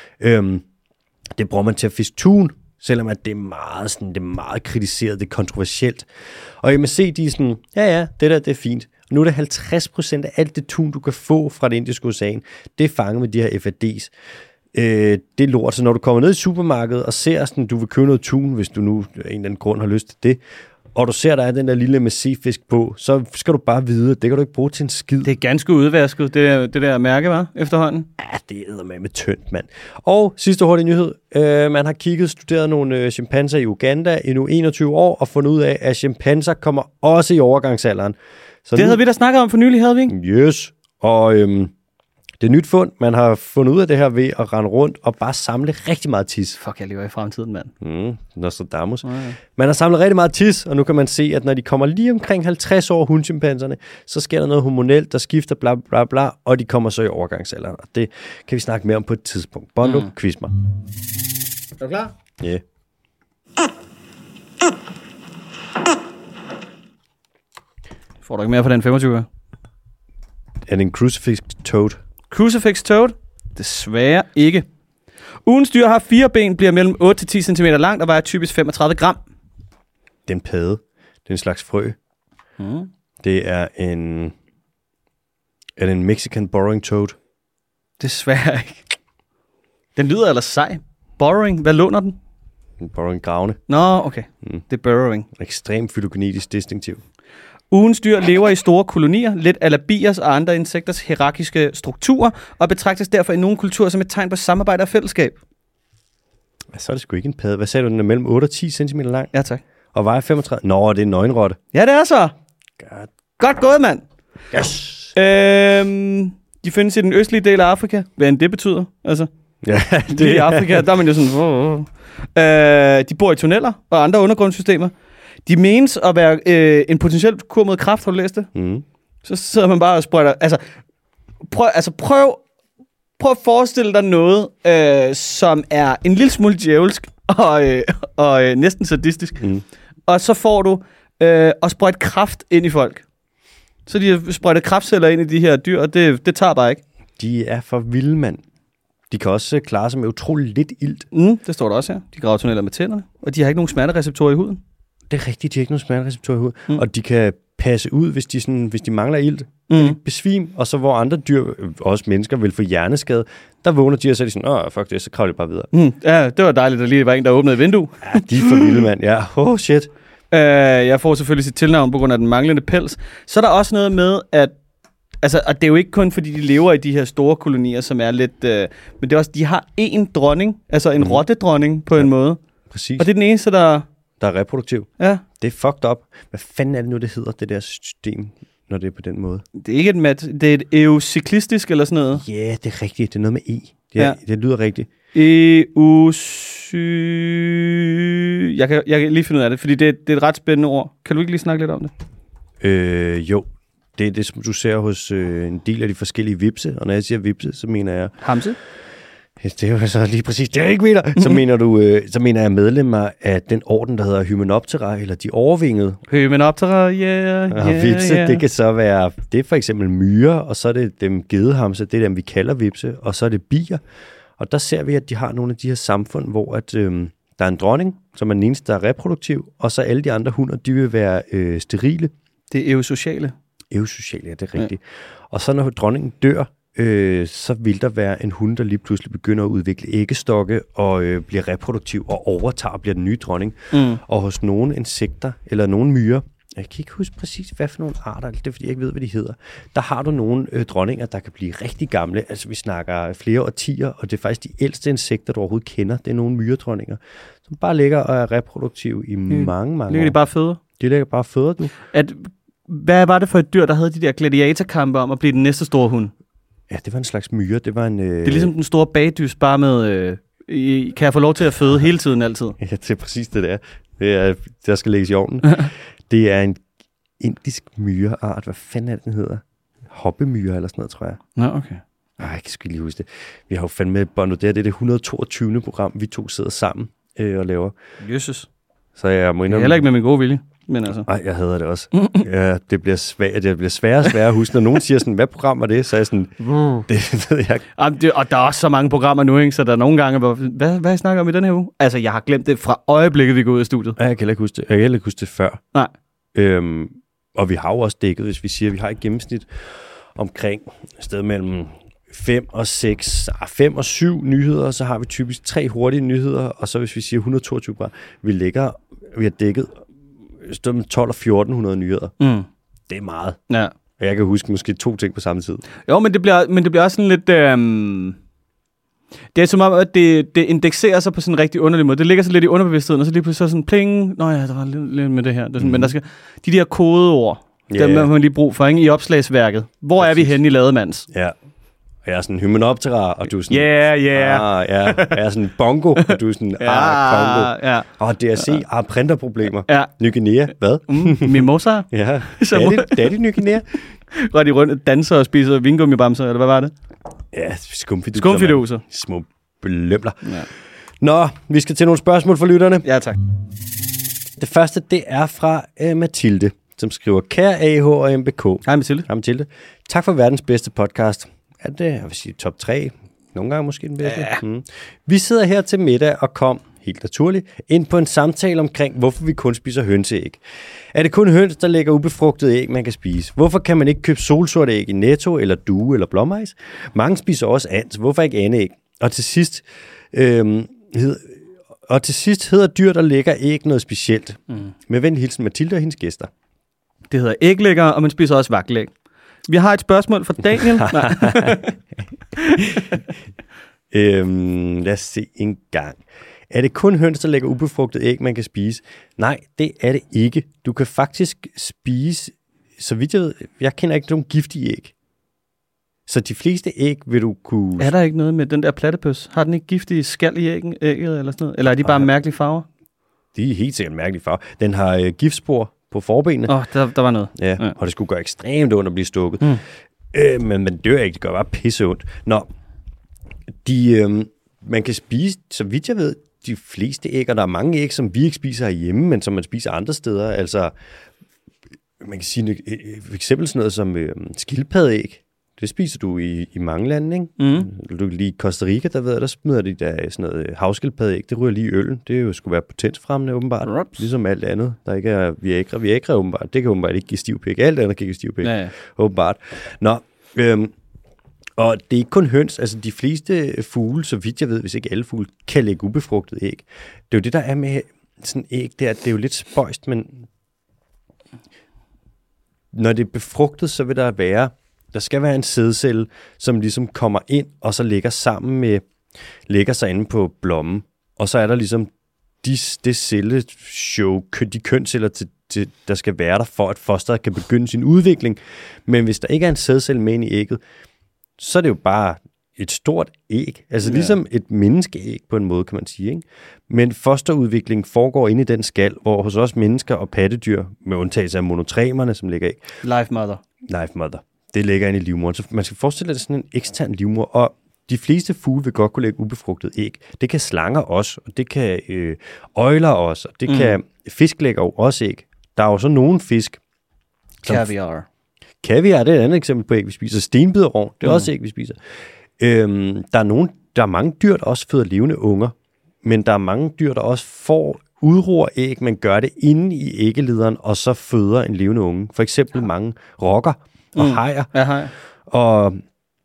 Det bruger man til at fiske tun, selvom at det er meget kritiseret, det er kontroversielt. Og jeg må se, de er sådan, ja, det er fint. Og nu er det 50% af alt det tun, du kan få fra det Indiske Ocean, det er fanget med de her FADs. Det er lort, så når du kommer ned i supermarkedet og ser, sådan, du vil købe noget tun, hvis du nu af en eller anden grund har lyst til det, og du ser, der er den der lille MSC-fisk på, så skal du bare vide, det kan du ikke bruge til en skid. Det er ganske udvasket, det der mærke, var efterhånden. Ja, det æder med tyndt, mand. Og sidste hurtige nyhed. Man har studeret nogle chimpanser i Uganda i nu 21 år, og fundet ud af, at chimpanser kommer også i overgangsalderen. Så det havde vi da snakket om for nylig, havde vi ikke? Yes, og det er nyt fund. Man har fundet ud af det her ved at rende rundt og bare samle rigtig meget tis. Fuck, jeg lever i fremtiden, mand. Nostradamus. Man har samlet rigtig meget tis, og nu kan man se, at når de kommer lige omkring 50 år, hundchimpanserne, så sker der noget hormonelt, der skifter bla bla bla, og de kommer så i overgangsalderen. Og det kan vi snakke mere om på et tidspunkt. Bondo, quiz mig. Er du klar? Ja. Yeah. Får du ikke mere for den 25? Er det en crucifix toad? Crucifix toad? Desværre ikke. Ugens dyr har 4 ben, bliver mellem 8 til 10 cm langt og vejer typisk 35 gram. Det er en padde. Det er en slags frø. Det er en... Er det en Mexican burrowing toad? Desværre ikke. Den lyder ellers sej. Burrowing, hvad låner den? En burrowing gravne. Nå, okay. Det er burrowing. Ekstremt fylogenetisk distinktiv. Ugens dyr lever i store kolonier, lidt a la biers og andre insekters hierarkiske strukturer, og betragtes derfor i nogle kulturer som et tegn på samarbejde og fællesskab. Så er det sgu ikke en padde. Hvad sagde du, den er mellem 8 og 10 cm lang? Ja, tak. Og vejer 35? Nå, det er en nøgenrotte. Ja, det er så. God. Godt gået, mand. Yes. De findes i den østlige del af Afrika. Hvad end det betyder, altså. Ja, det i Afrika, der er man jo sådan... de bor i tunneller og andre undergrundssystemer. De menes at være en potentiel kur mod kræft, har du læst det? Mm. Så sidder man bare og sprøjter... Prøv at forestille dig noget, som er en lille smule djævelsk og næsten sadistisk. Mm. Og så får du at sprøjte kræft ind i folk. Så de har sprøjtet kræftceller ind i de her dyr, og det tager bare ikke. De er for vilde, mand. De kan også klare sig med utroligt lidt ilt. Det står der også her. De graver tunneller med tænderne, og de har ikke nogen smertereceptorer i huden. Det er rigtigt, de har ikke nogen smertereceptorer i huden. Og de kan passe ud, hvis de mangler ilt. Besvim, og så hvor andre dyr, også mennesker, vil få hjerneskade, der vågner de, og så er de sådan, fuck det, så kravler de bare videre. Ja, det var dejligt, at lige var en, der åbnede et vindue. Ja, de er for vilde, mand. Ja, shit. Jeg får selvfølgelig sit tilnavn på grund af den manglende pels. Så er der også noget med, at og det er jo ikke kun fordi, de lever i de her store kolonier, som er lidt... men det er også, de har en dronning, altså en rottedronning på en måde. Præcis. Og det er den eneste, der er reproduktiv. Ja. Det er fucked up. Hvad fanden er det nu, det hedder, det der system, når det er på den måde? Det er ikke det er et eocyklistisk eller sådan noget. Ja, yeah, det er rigtigt. Det er noget med E. Det lyder rigtigt. Jeg kan lige finde ud af det, fordi det er et ret spændende ord. Kan du ikke lige snakke lidt om det? Jo. Det er det, som du ser hos en del af de forskellige vipse. Og når jeg siger vipse, så mener jeg... Hamse? Det er jo så lige præcis det, jeg ikke mener. Så mener jeg medlemmer af den orden, der hedder Hymenoptera, eller de overvingede. Hymenoptera, yeah. Vipse, det kan så være... Det er for eksempel myrer, og så er det dem gedehamse, det er dem, vi kalder vipse, og så er det bier. Og der ser vi, at de har nogle af de her samfund, hvor at, der er en dronning, som er den eneste, der er reproduktiv, og så alle de andre hunder, de vil være sterile. Det er eusociale. Eusociale, ja, det er rigtigt. Ja. Og så når dronningen dør, så vil der være en hund, der lige pludselig begynder at udvikle æggestokke og bliver reproduktiv og overtager og bliver den nye dronning. Og hos nogle insekter eller nogle myrer, jeg kan ikke huske præcis, hvad for nogle arter, det er fordi, jeg ikke ved, hvad de hedder, der har du nogle dronninger, der kan blive rigtig gamle. Altså vi snakker flere årtier, og det er faktisk de ældste insekter, du overhovedet kender. Det er nogle myredronninger, som bare ligger og er reproduktive i mange år. Ligger de bare føder? De ligger bare føder, du. Hvad var det for et dyr, der havde de der gladiatorkampe om at blive den næste store hund? Ja, det var en slags myre. Det var en... Det er ligesom den store bagdys, bare med... kan jeg få lov til at føde hele tiden, altid? Ja, det er præcis det der. Det er, der skal lægges i ovnen. Det er en indisk myreart. Hvad fanden er det, den hedder? Hoppemyre eller sådan noget, tror jeg. Nå, okay. Jeg kan sgu lige huske det. Vi har jo fandme bondet det. Det er det 122. program, vi to sidder sammen og laver. Jesus. Så jeg må indrømme... Heller ikke med min gode vilje. Men altså. Nej, jeg hader det også. Ja, det bliver sværere og sværere at huske. Når nogen siger sådan, hvad program er det? Så er jeg sådan, det ved jeg ikke. Og der er også så mange programmer nu, ikke? Så der er nogle gange, hvad jeg snakker om i den her uge? Altså, jeg har glemt det fra øjeblikket, vi går ud af studiet. Ja, jeg kan heller ikke huske det. Jeg kan heller ikke huske det før. Nej. Og vi har jo også dækket, hvis vi siger, at vi har et gennemsnit omkring et sted mellem 5 og 7 nyheder, så har vi typisk 3 hurtige nyheder, og så hvis vi siger 122 grader, vi har dækket stod med 12 og 1400 nyheder. Det er meget. Ja. Og jeg kan huske måske 2 ting på samme tid. Jo, men det bliver også sådan lidt... Det er som om, at det indekserer sig på sådan en rigtig underlig måde. Det ligger så lidt i underbevidstheden, og så lige pludselig sådan pling. Nå ja, der var lidt med det her. Det er sådan, men der skal... De der kodeord, dem har man lige brug for, ikke? I opslagsværket. Hvor er vi henne i Lademands? Ja. Og jeg er sådan Hymenoptera, og du er sådan... Ja. Jeg er sådan bongo, og du er sådan... Kongo. Ja. Og DRC, printerproblemer. Ja. Ny Guinea, hvad? Mimosa? Ja, Daddy Ny Guinea. Var de rundt danser og spiser vingummibamser, eller hvad var det? Ja, skumfiduser. Små blømler. Ja. Nå, vi skal til nogle spørgsmål for lytterne. Ja, tak. Det første, det er fra Mathilde, som skriver, kære AH og MBK. Hej Mathilde. Hej Mathilde. Tak for verdens bedste podcast. Er det, jeg vil sige, top 3? Nogle gange måske den bedste. Ja. Vi sidder her til middag og kom, helt naturligt, ind på en samtale omkring, hvorfor vi kun spiser hønseæg. Er det kun høns, der lægger ubefrugtede æg, man kan spise? Hvorfor kan man ikke købe solsorte æg i Netto, eller Due, eller Blåmejs? Mange spiser også and, hvorfor ikke andeæg? Og til sidst hedder dyr, der lægger æg noget specielt. Med venlig hilsen Mathilde og hendes gæster. Det hedder æglægger, og man spiser også vakkelæg. Vi har et spørgsmål fra Daniel. Lad os se en gang. Er det kun høns, der lægger ubefrugtet æg, man kan spise? Nej, det er det ikke. Du kan faktisk spise, så vidt jeg ved, jeg kender ikke nogen giftige æg. Så de fleste æg vil du kunne... Er der ikke noget med den der platypus? Har den ikke giftige skal i ægget eller sådan noget? Eller er de bare mærkelige farver? De er helt sikkert mærkelige farver. Den har giftspor på forbenene. Der var noget. Ja, og det skulle gøre ekstremt ondt at blive stukket. Men man dør ikke, det gør bare pisse ondt. Nå, man kan spise, så vidt jeg ved, de fleste æg, og der er mange æg, som vi ikke spiser herhjemme, men som man spiser andre steder. Altså, man kan sige, for eksempel sådan noget som skildpaddeæg. Det spiser du i mange lande, ikke? Du kan lide Costa Rica, der smider de der sådan noget havskildpaddeæg. Det ryger lige i øllen. Det jo skulle være potensfremmende, åbenbart. Rups. Ligesom alt andet. Der ikke er Viagra, åbenbart. Det kan åbenbart ikke give stiv pik. Alt andet kan give stiv pik, åbenbart. Nå, og det er ikke kun høns. Altså, de fleste fugle, så vidt jeg ved, hvis ikke alle fugle, kan lægge ubefrugtet æg. Det er jo det, der er med sådan æg der. Det er jo lidt spøjst, men når det er befrugtet, så vil der skal være en sædcelle, som ligesom kommer ind, og så lægger sig inde på blommen. Og så er der ligesom det celleshow, de kønsceller, der skal være der, for at fosteret kan begynde sin udvikling. Men hvis der ikke er en sædcelle med ind i ægget, så er det jo bare et stort æg. Altså ligesom et menneskeæg på en måde, kan man sige. Ikke? Men fosterudviklingen foregår inde i den skal, hvor hos os mennesker og pattedyr, med undtagelse af monotremerne, som ligger i. Life mother. Det ligger inde i livmoderen. Så man skal forestille sig sådan en ekstern livmor, og de fleste fugle vil godt kunne lægge ubefrugtet æg. Det kan slanger også, og det kan øgler også, og det kan fisk lægger også æg. Der er jo så nogle fisk. Kaviar, det er et andet eksempel på æg, vi spiser. Stenbiderrogn, det er også æg, vi spiser. Der er mange dyr, der også føder levende unger, men der er mange dyr, der også får udruer æg, men gør det inde i æggelederen, og så føder en levende unge. For eksempel mange rokker og hajer. Ja, hajer. Og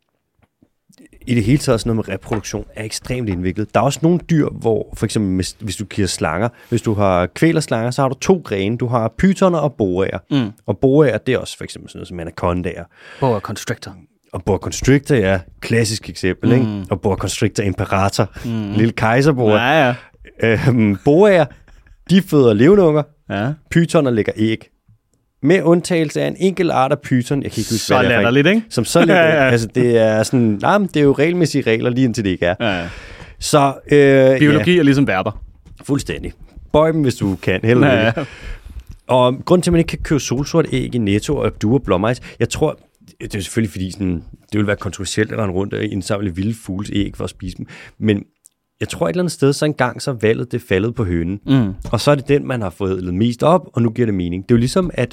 i det hele taget sådan noget med reproduktion er ekstremt indviklet. Der er også nogle dyr, hvor for eksempel hvis du giver slanger, hvis du har kvælerslanger, så har du 2 grene. Du har pytoner og boaer. Og boaer, det er også for eksempel sådan noget som anacondaer. Boa constrictor. Og boa constrictor er klassisk eksempel, ikke? Og boa constrictor imperator, lille kejserboa. Ja. Boaer, de føder levende unger. Ja. Pytoner lægger æg. Med undtagelse af en enkelt art af pyton, jeg kan ikke huske, så latterligt, ikke? Som så lidt, altså det er sådan, det er jo regelmæssige regler, lige indtil det ikke er. Ja. Så, biologi er ligesom verber. Fuldstændig. Bøj dem, hvis du kan. Ja. Og grunden til, at man ikke kan købe solsort æg i Netto og duer blåmejs, jeg tror, det er selvfølgelig fordi, sådan, det vil være kontroversielt at rende rundt og indsamle vilde fugles æg for at spise dem, men jeg tror et eller andet sted, så engang så valget det faldet på hønen. Og så er det den, man har forædlet mest op, og nu giver det mening. Det er jo ligesom, at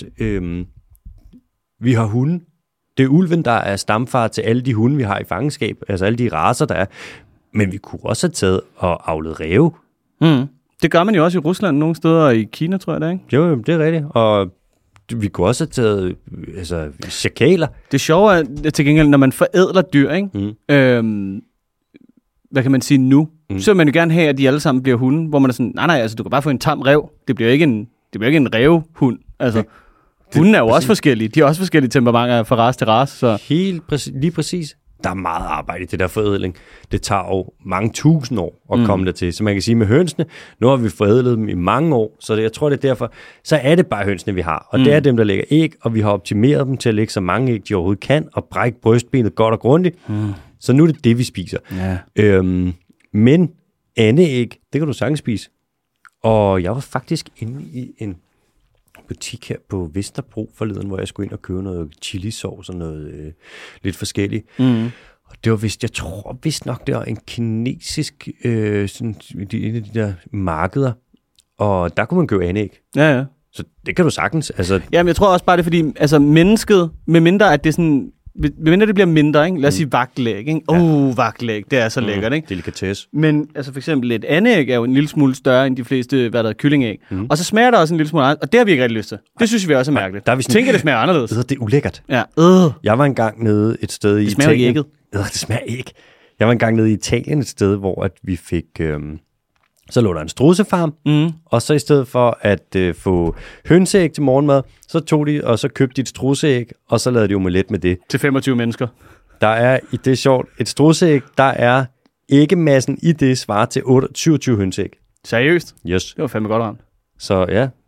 vi har hunde. Det er ulven, der er stamfar til alle de hunde, vi har i fangenskab. Altså alle de racer, der er. Men vi kunne også have taget og avlet ræve. Det gør man jo også i Rusland nogle steder, og i Kina, tror jeg det, ikke? Jo, det er rigtigt. Og vi kunne også have taget chakaler. Det sjove er til gengæld, når man forædler dyr, ikke? Hvad kan man sige nu? Så vil man jo gerne have, at de alle sammen bliver hunde, hvor man er sådan, nej, altså du kan bare få en tam ræv. Det bliver ikke en rævehund. Altså, hunden er jo også forskellige. De har også forskellige temperamenter fra race til race. Så. Lige præcis. Der er meget arbejde i det der forædling. Det tager jo mange tusind år at komme dertil. Så man kan sige med hønsene, nu har vi forædlet dem i mange år, så jeg tror, det er derfor, så er det bare hønsene, vi har. Og det er dem, der lægger æg, og vi har optimeret dem til at lægge så mange æg, de overhovedet kan, og brække brystbenet godt og grundigt. Så nu er det, vi spiser. Ja. Men andeæg, det kan du sagtens spise. Og jeg var faktisk inde i en butik her på Vesterbro forleden, hvor jeg skulle ind og købe noget chilisauce og noget lidt forskelligt. Og det var jeg tror vist nok, det var en kinesisk sådan, en af de der markeder. Og der kunne man købe andeæg. Ja. Så det kan du sagtens. Altså. Jamen, jeg tror også bare, det er fordi, altså mennesket, med mindre at det er sådan, mindre det bliver mindre, ikke? Lad os sige vaklæg, ikke? Vaklæg, det er så lækkert, ikke? Delikatesse. Men altså for eksempel et andeæg er jo en lille smule større end de fleste, kyllingæg. Og så smager der også en lille smule andet, og det har vi ikke rigtig lyst til. Det synes vi også er mærkeligt. Tænker, det smager anderledes. Det er ulækkert. Ja. Jeg var engang nede et sted i Italien. Det smager ikke ægget. Det smager ikke. Jeg var engang nede i Italien et sted, hvor at vi fik. Så lå der en strudsefarm, og så i stedet for at få hønseæg til morgenmad, så tog de, og så købte de et strudseæg, og så lavede de omelet med det. Til 25 mennesker. Der er, det er sjovt, et strudseæg, der er æggemassen i det svarer til 27 hønseæg. Seriøst? Yes. Det var fandme godt ramt. Så ja,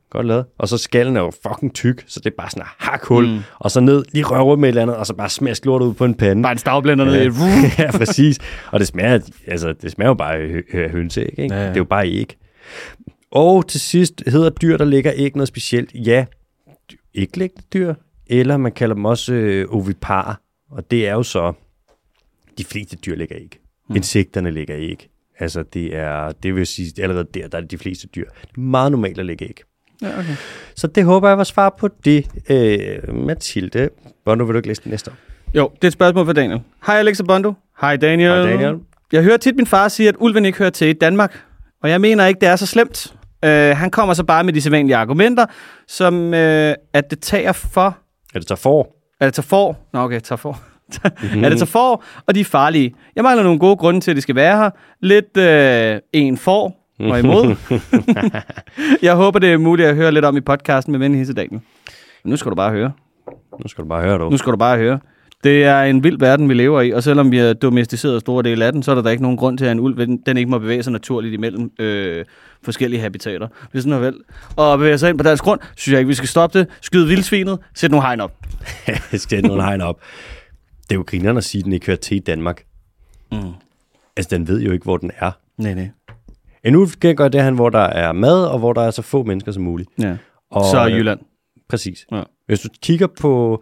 Godt lavet. Og så skallen er jo fucking tyk, så det er bare sådan en hakhul. Og så ned, lige røre med et eller andet, og så bare smask lortet ud på en pande. Bare en stavblender ned i. Ja, præcis. Og det smager jo bare af hønseæg, ikke? Ja. Det er jo bare æg. Og til sidst hedder dyr, der lægger æg noget specielt. Ja, æglæggende dyr, eller man kalder dem også ovipar. Og det er jo så, de fleste dyr lægger æg. Insekterne lægger æg. Altså det vil sige, allerede der er de fleste dyr. Det er meget normalt at lægge æg. Ja, okay. Så det håber jeg var svar på det. Mathilde, Bondo, vil du ikke læse det næste år? Jo, det er et spørgsmål for Daniel. Hej Alex og Bondo. Hej Daniel. Hej Daniel. Jeg hører tit min far sige, at ulven ikke hører til i Danmark. Og jeg mener ikke, det er så slemt. Han kommer så bare med de sædvanlige argumenter, som at det tager for... Er det tager for? Er det tager for? Nå okay, tager for. Er det tager for, og de er farlige. Jeg mangler nogle gode grunde til, at de skal være her. Lidt en for og imod. Jeg håber, det er muligt at høre lidt om i podcasten med Venlig Hisse Daniel. Nu skal du bare høre. Nu skal du bare høre, du. Nu skal du bare høre. Det er en vild verden, vi lever i, og selvom vi har domesticeret store dele af den, så er der ikke nogen grund til, at en ulv den ikke må bevæge sig naturligt imellem forskellige habitater. Hvis den er vel og bevæge sig ind på dansk grund, synes jeg ikke, vi skal stoppe det. Skyde vildsvinet, sæt nogle hegn op. Sæt nogle hegn op. Det er jo grinerne at sige, at den ikke hører til i Danmark. Altså, den ved jo ikke, hvor den er. Nej. En ulv kan gøre det, hvor der er mad, og hvor der er så få mennesker som muligt. Ja. Og, så Jylland. Præcis. Ja. Hvis du kigger på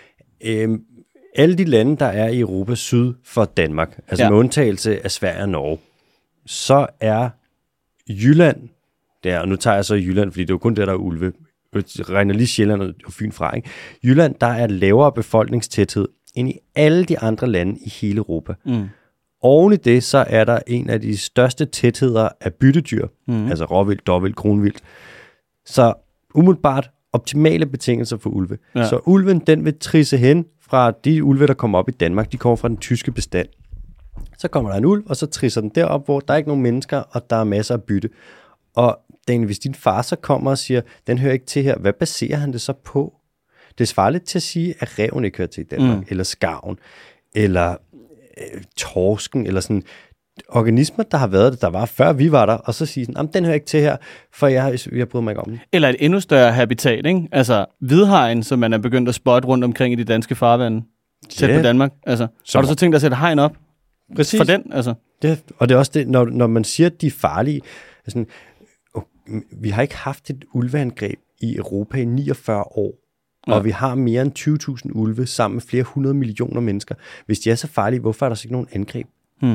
alle de lande, der er i Europa syd for Danmark, altså med undtagelse af Sverige og Norge, så er Jylland, der, og nu tager jeg så Jylland, fordi det er jo kun der er ulve, jeg regner lige Sjælland og Fyn fra, ikke? Jylland, der er lavere befolkningstæthed end i alle de andre lande i hele Europa. Oven i det, så er der en af de største tætheder af byttedyr, altså råvildt, dårvildt, kronvildt. Så umiddelbart optimale betingelser for ulve. Ja. Så ulven, den vil trisse hen fra de ulve, der kommer op i Danmark. De kommer fra den tyske bestand. Så kommer der en ulv, og så trisser den derop, hvor der er ikke nogen mennesker, og der er masser af bytte. Og hvis din far så kommer og siger, den hører ikke til her, hvad baserer han det så på? Det svarer lidt til at sige, at ræven ikke hører til i Danmark, eller skarven, eller torsken, eller sådan organismer, der har været det, der var før vi var der, og så sige sådan, den hører ikke til her, for jeg bryder mig ikke om den. Eller et endnu større habitat, ikke? Altså hvidhegn, som man er begyndt at spotte rundt omkring i de danske farvande, tæt på Danmark. Altså, har du så tænkt dig at sætte hegn op? Præcis. For den, altså. Og det er også det, når man siger, at de er farlige, altså, vi har ikke haft et ulveangreb i Europa i 49 år. Og vi har mere end 20.000 ulve sammen med flere 100 millioner mennesker. Hvis de er så farlige, hvorfor er der så ikke nogen angreb?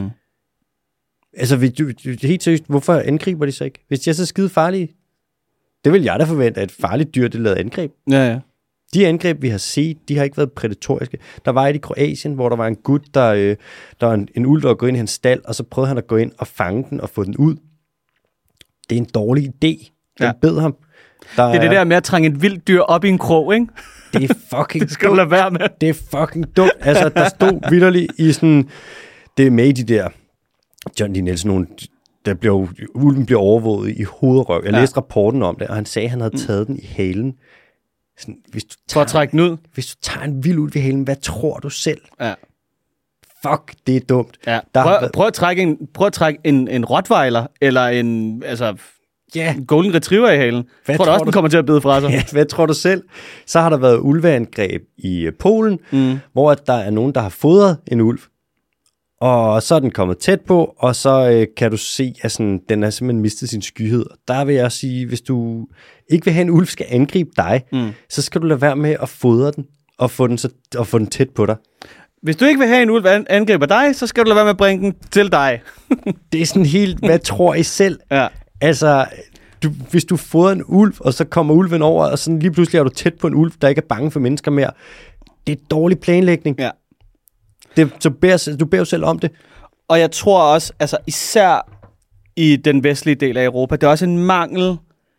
Altså, helt seriøst, hvorfor angriber de så ikke? Hvis de er så skide farlige, det vil jeg da forvente, at et farligt dyr, det lavede angreb. Ja. De angreb, vi har set, de har ikke været prædatoriske. Der var et i Kroatien, hvor der var en gut, der var en ulv, der gik ind i hans stald, og så prøvede han at gå ind og fange den og få den ud. Det er en dårlig idé. Den bed ham. Det er det der med at trænge et vildt dyr op i en krog, ikke? Det er fucking det skal du lade være med. Det er fucking dumt. Altså, der stod vitterligt i sådan... Det er med i de der... John D. Nielsen, ulven bliver overvåget i hovedrøv. Jeg læste rapporten om det, og han sagde, at han havde taget den i halen. Sådan, for at trække den ud? Hvis du tager en vild ulv i halen, hvad tror du selv? Ja. Fuck, det er dumt. Ja. Prøv at trække en rottweiler, eller en golden retriever i halen. Hvad tror du også, den kommer til at bide fra sig? Ja, hvad tror du selv? Så har der været ulveangreb i Polen, hvor der er nogen, der har fodret en ulv. Og så er den kommet tæt på, og så kan du se, at sådan, den har simpelthen mistet sin skyhed. Der vil jeg sige, hvis du ikke vil have en ulv skal angribe dig, så skal du lade være med at fodre den, og få den tæt på dig. Hvis du ikke vil have en ulv angriber dig, så skal du lade være med at bringe den til dig. Det er sådan helt, hvad tror I selv? Ja. Altså, hvis du fodrer en ulv, og så kommer ulven over, og sådan lige pludselig er du tæt på en ulv, der ikke er bange for mennesker mere. Det er dårlig planlægning. Ja. Du beder jo selv om det. Og jeg tror også, altså især i den vestlige del af Europa, det er også en mangel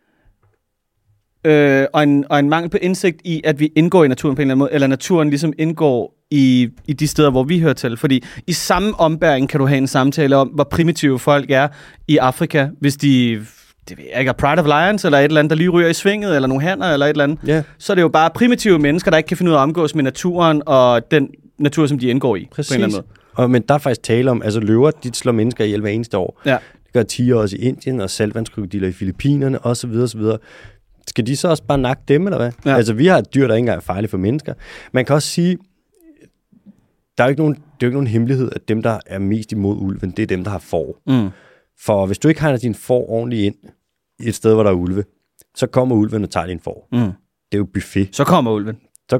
og en mangel på indsigt i, at vi indgår i naturen på en eller anden måde, eller naturen ligesom indgår i de steder, hvor vi hører til. Fordi i samme ombæring kan du have en samtale om, hvor primitive folk er i Afrika, hvis de... Det ved jeg ikke, Pride of Lions, eller et eller andet, der lige ryger i svinget, eller nogle hanner, eller et eller andet. Yeah. Så er det jo bare primitive mennesker, der ikke kan finde ud af at omgås med naturen, og den natur, som de indgår i. Præcis. På en eller anden måde. Men der er faktisk tale om, altså løver, de slår mennesker ihjel hver eneste år. Ja. Det gør tiger også i Indien, og saltvandskrokodiller i Filippinerne, osv. osv. Skal de så også bare nakke dem, eller hvad? Ja. Altså, vi har et dyr, der ikke engang er farligt for mennesker. Man kan også sige, det er jo ikke nogen hemmelighed, at dem, der er mest imod ulven, det er dem, der har får. For hvis du ikke hegner din får ordentligt ind i et sted, hvor der er ulve, så kommer ulven og tager din får. Det er jo buffet. Så kommer ulven.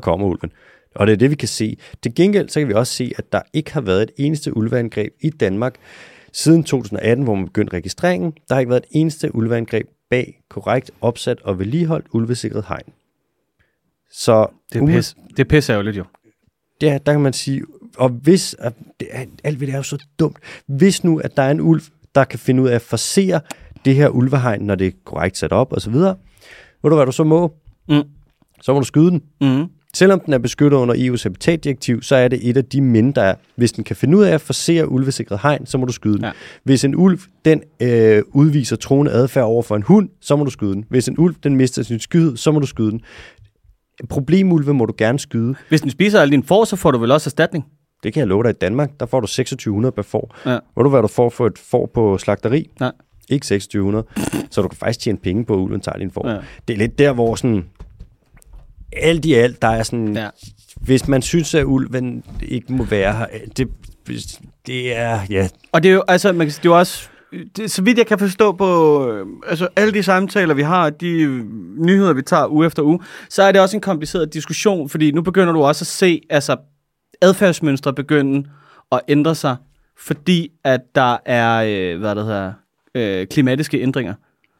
Og det er det, vi kan se. Til gengæld, så kan vi også se, at der ikke har været et eneste ulveangreb i Danmark siden 2018, hvor man begyndte registreringen. Der har ikke været et eneste ulveangreb bag korrekt opsat og vedligeholdt ulvesikret hegn. Så det er pisseærgerligt jo. Ja, der kan man sige, og hvis, alt ved det er jo så dumt, hvis nu, at der er en ulv, der kan finde ud af at forsere det her ulvehegn, når det er korrekt sat op og så videre, ved du hvad du så må? Så må du skyde den. Selvom den er beskyttet under EU's habitatdirektiv, så er det et af de minde, der er. Hvis den kan finde ud af at forsere ulvesikret hegn, så må du skyde den. Ja. Hvis en ulv, den udviser truende adfærd over for en hund, så må du skyde den. Hvis en ulv, den mister sin skyhed, så må du skyde den. Problemulve må du gerne skyde. Hvis den spiser alle dine får, så får du vel også erstatning? Det kan jeg love dig. I Danmark, der får du 2600 per får. Ja. Ved du, hvad du får for et får på slagteri? Nej. Ikke 2600. Så du kan faktisk tjene penge på, at ulven tager din får. Ja. Det er lidt der, hvor sådan... Alt i alt, der er sådan... Ja. Hvis man synes, at ulven ikke må være her, det er... Ja. Og det er jo, altså, man kan sige, det er jo også... så vidt jeg kan forstå på altså alle de samtaler, vi har, de nyheder, vi tager uge efter uge, så er det også en kompliceret diskussion, fordi nu begynder du også at se altså, adfærdsmønstre begynde at ændre sig, fordi at der er klimatiske ændringer.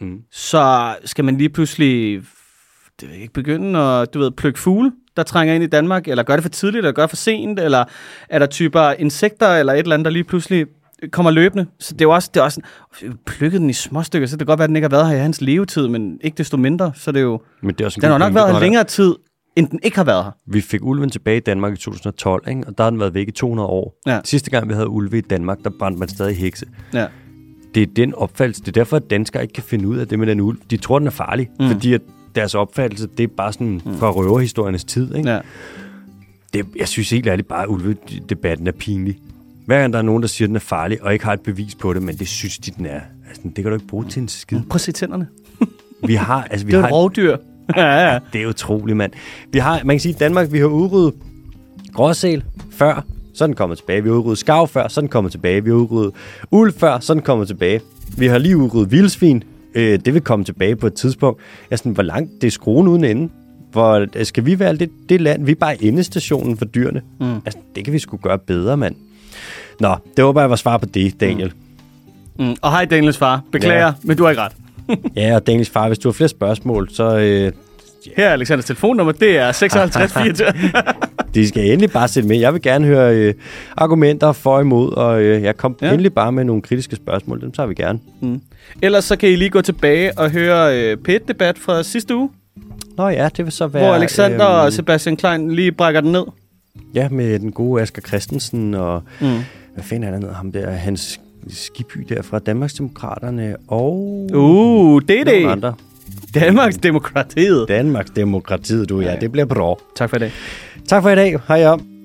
Så skal man lige pludselig ikke begynde at plukke fugle, der trænger ind i Danmark, eller gør det for tidligt, eller gør det for sent, eller er der typer insekter, eller et eller andet, der lige pludselig kommer løbende. Så det er også plukket den i små stykker, så det kan godt være, at den ikke har været her i hans levetid, men ikke desto mindre, så det er jo... Men det er den har nok været her længere tid, end den ikke har været her. Vi fik ulven tilbage i Danmark i 2012, ikke? Og der har den været væk i 200 år. Ja. Sidste gang, vi havde ulve i Danmark, der brændte man stadig hekse. Ja. Det er den opfattelse. Det er derfor, at danskere ikke kan finde ud af det med den ulv. De tror, den er farlig, fordi at deres opfattelse, det er bare sådan fra røverhistoriernes tid, ikke? Ja. Jeg synes helt ærligt bare, at ulvedebatten er pinlig. Hver gang der er nogen, der siger, at den er farlig, og ikke har et bevis på det, men det synes de, den er. Altså, det kan du ikke bruge til en skid. Prøv at se tænderne. Det er et rovdyr. Ja. Det er utroligt, mand. Man kan sige, at i Danmark, vi har udryddet gråsæl før, så er den kommet tilbage. Vi har udryddet skarv før, så er den kommet tilbage. Vi har udryddet ulv før, så er den kommet tilbage. Vi har lige udryddet vildsvin. Det vil komme tilbage på et tidspunkt. Altså, hvor langt det er skruen uden ende. Hvor skal vi være det land? Vi er bare endestationen for dyrene. Altså, det kan vi sgu gøre bedre, mand. Nå, det håber jeg var svar på det, Daniel. Og hej Daniels far. Beklager, men du har ikke ret. Ja, og Daniels far, hvis du har flere spørgsmål, så... Her er Alexanders telefonnummer, det er 56 24. De skal endelig bare sætte med. Jeg vil gerne høre argumenter for og imod, og jeg kom endelig bare med nogle kritiske spørgsmål. Dem tager vi gerne. Ellers så kan I lige gå tilbage og høre P1-debat fra sidste uge. Nå ja, det vil så være... Hvor Alexander og Sebastian Klein lige brækker den ned. Ja, med den gode Asger Christensen og... Hvad fanden er der ned? Ham der, Hans Skibby der fra Danmarksdemokraterne og... det er det! Andre. Danmarksdemokratiet. Danmarksdemokratiet, du. Ja, det bliver bra. Tak for i dag. Tak for i dag. Hej om.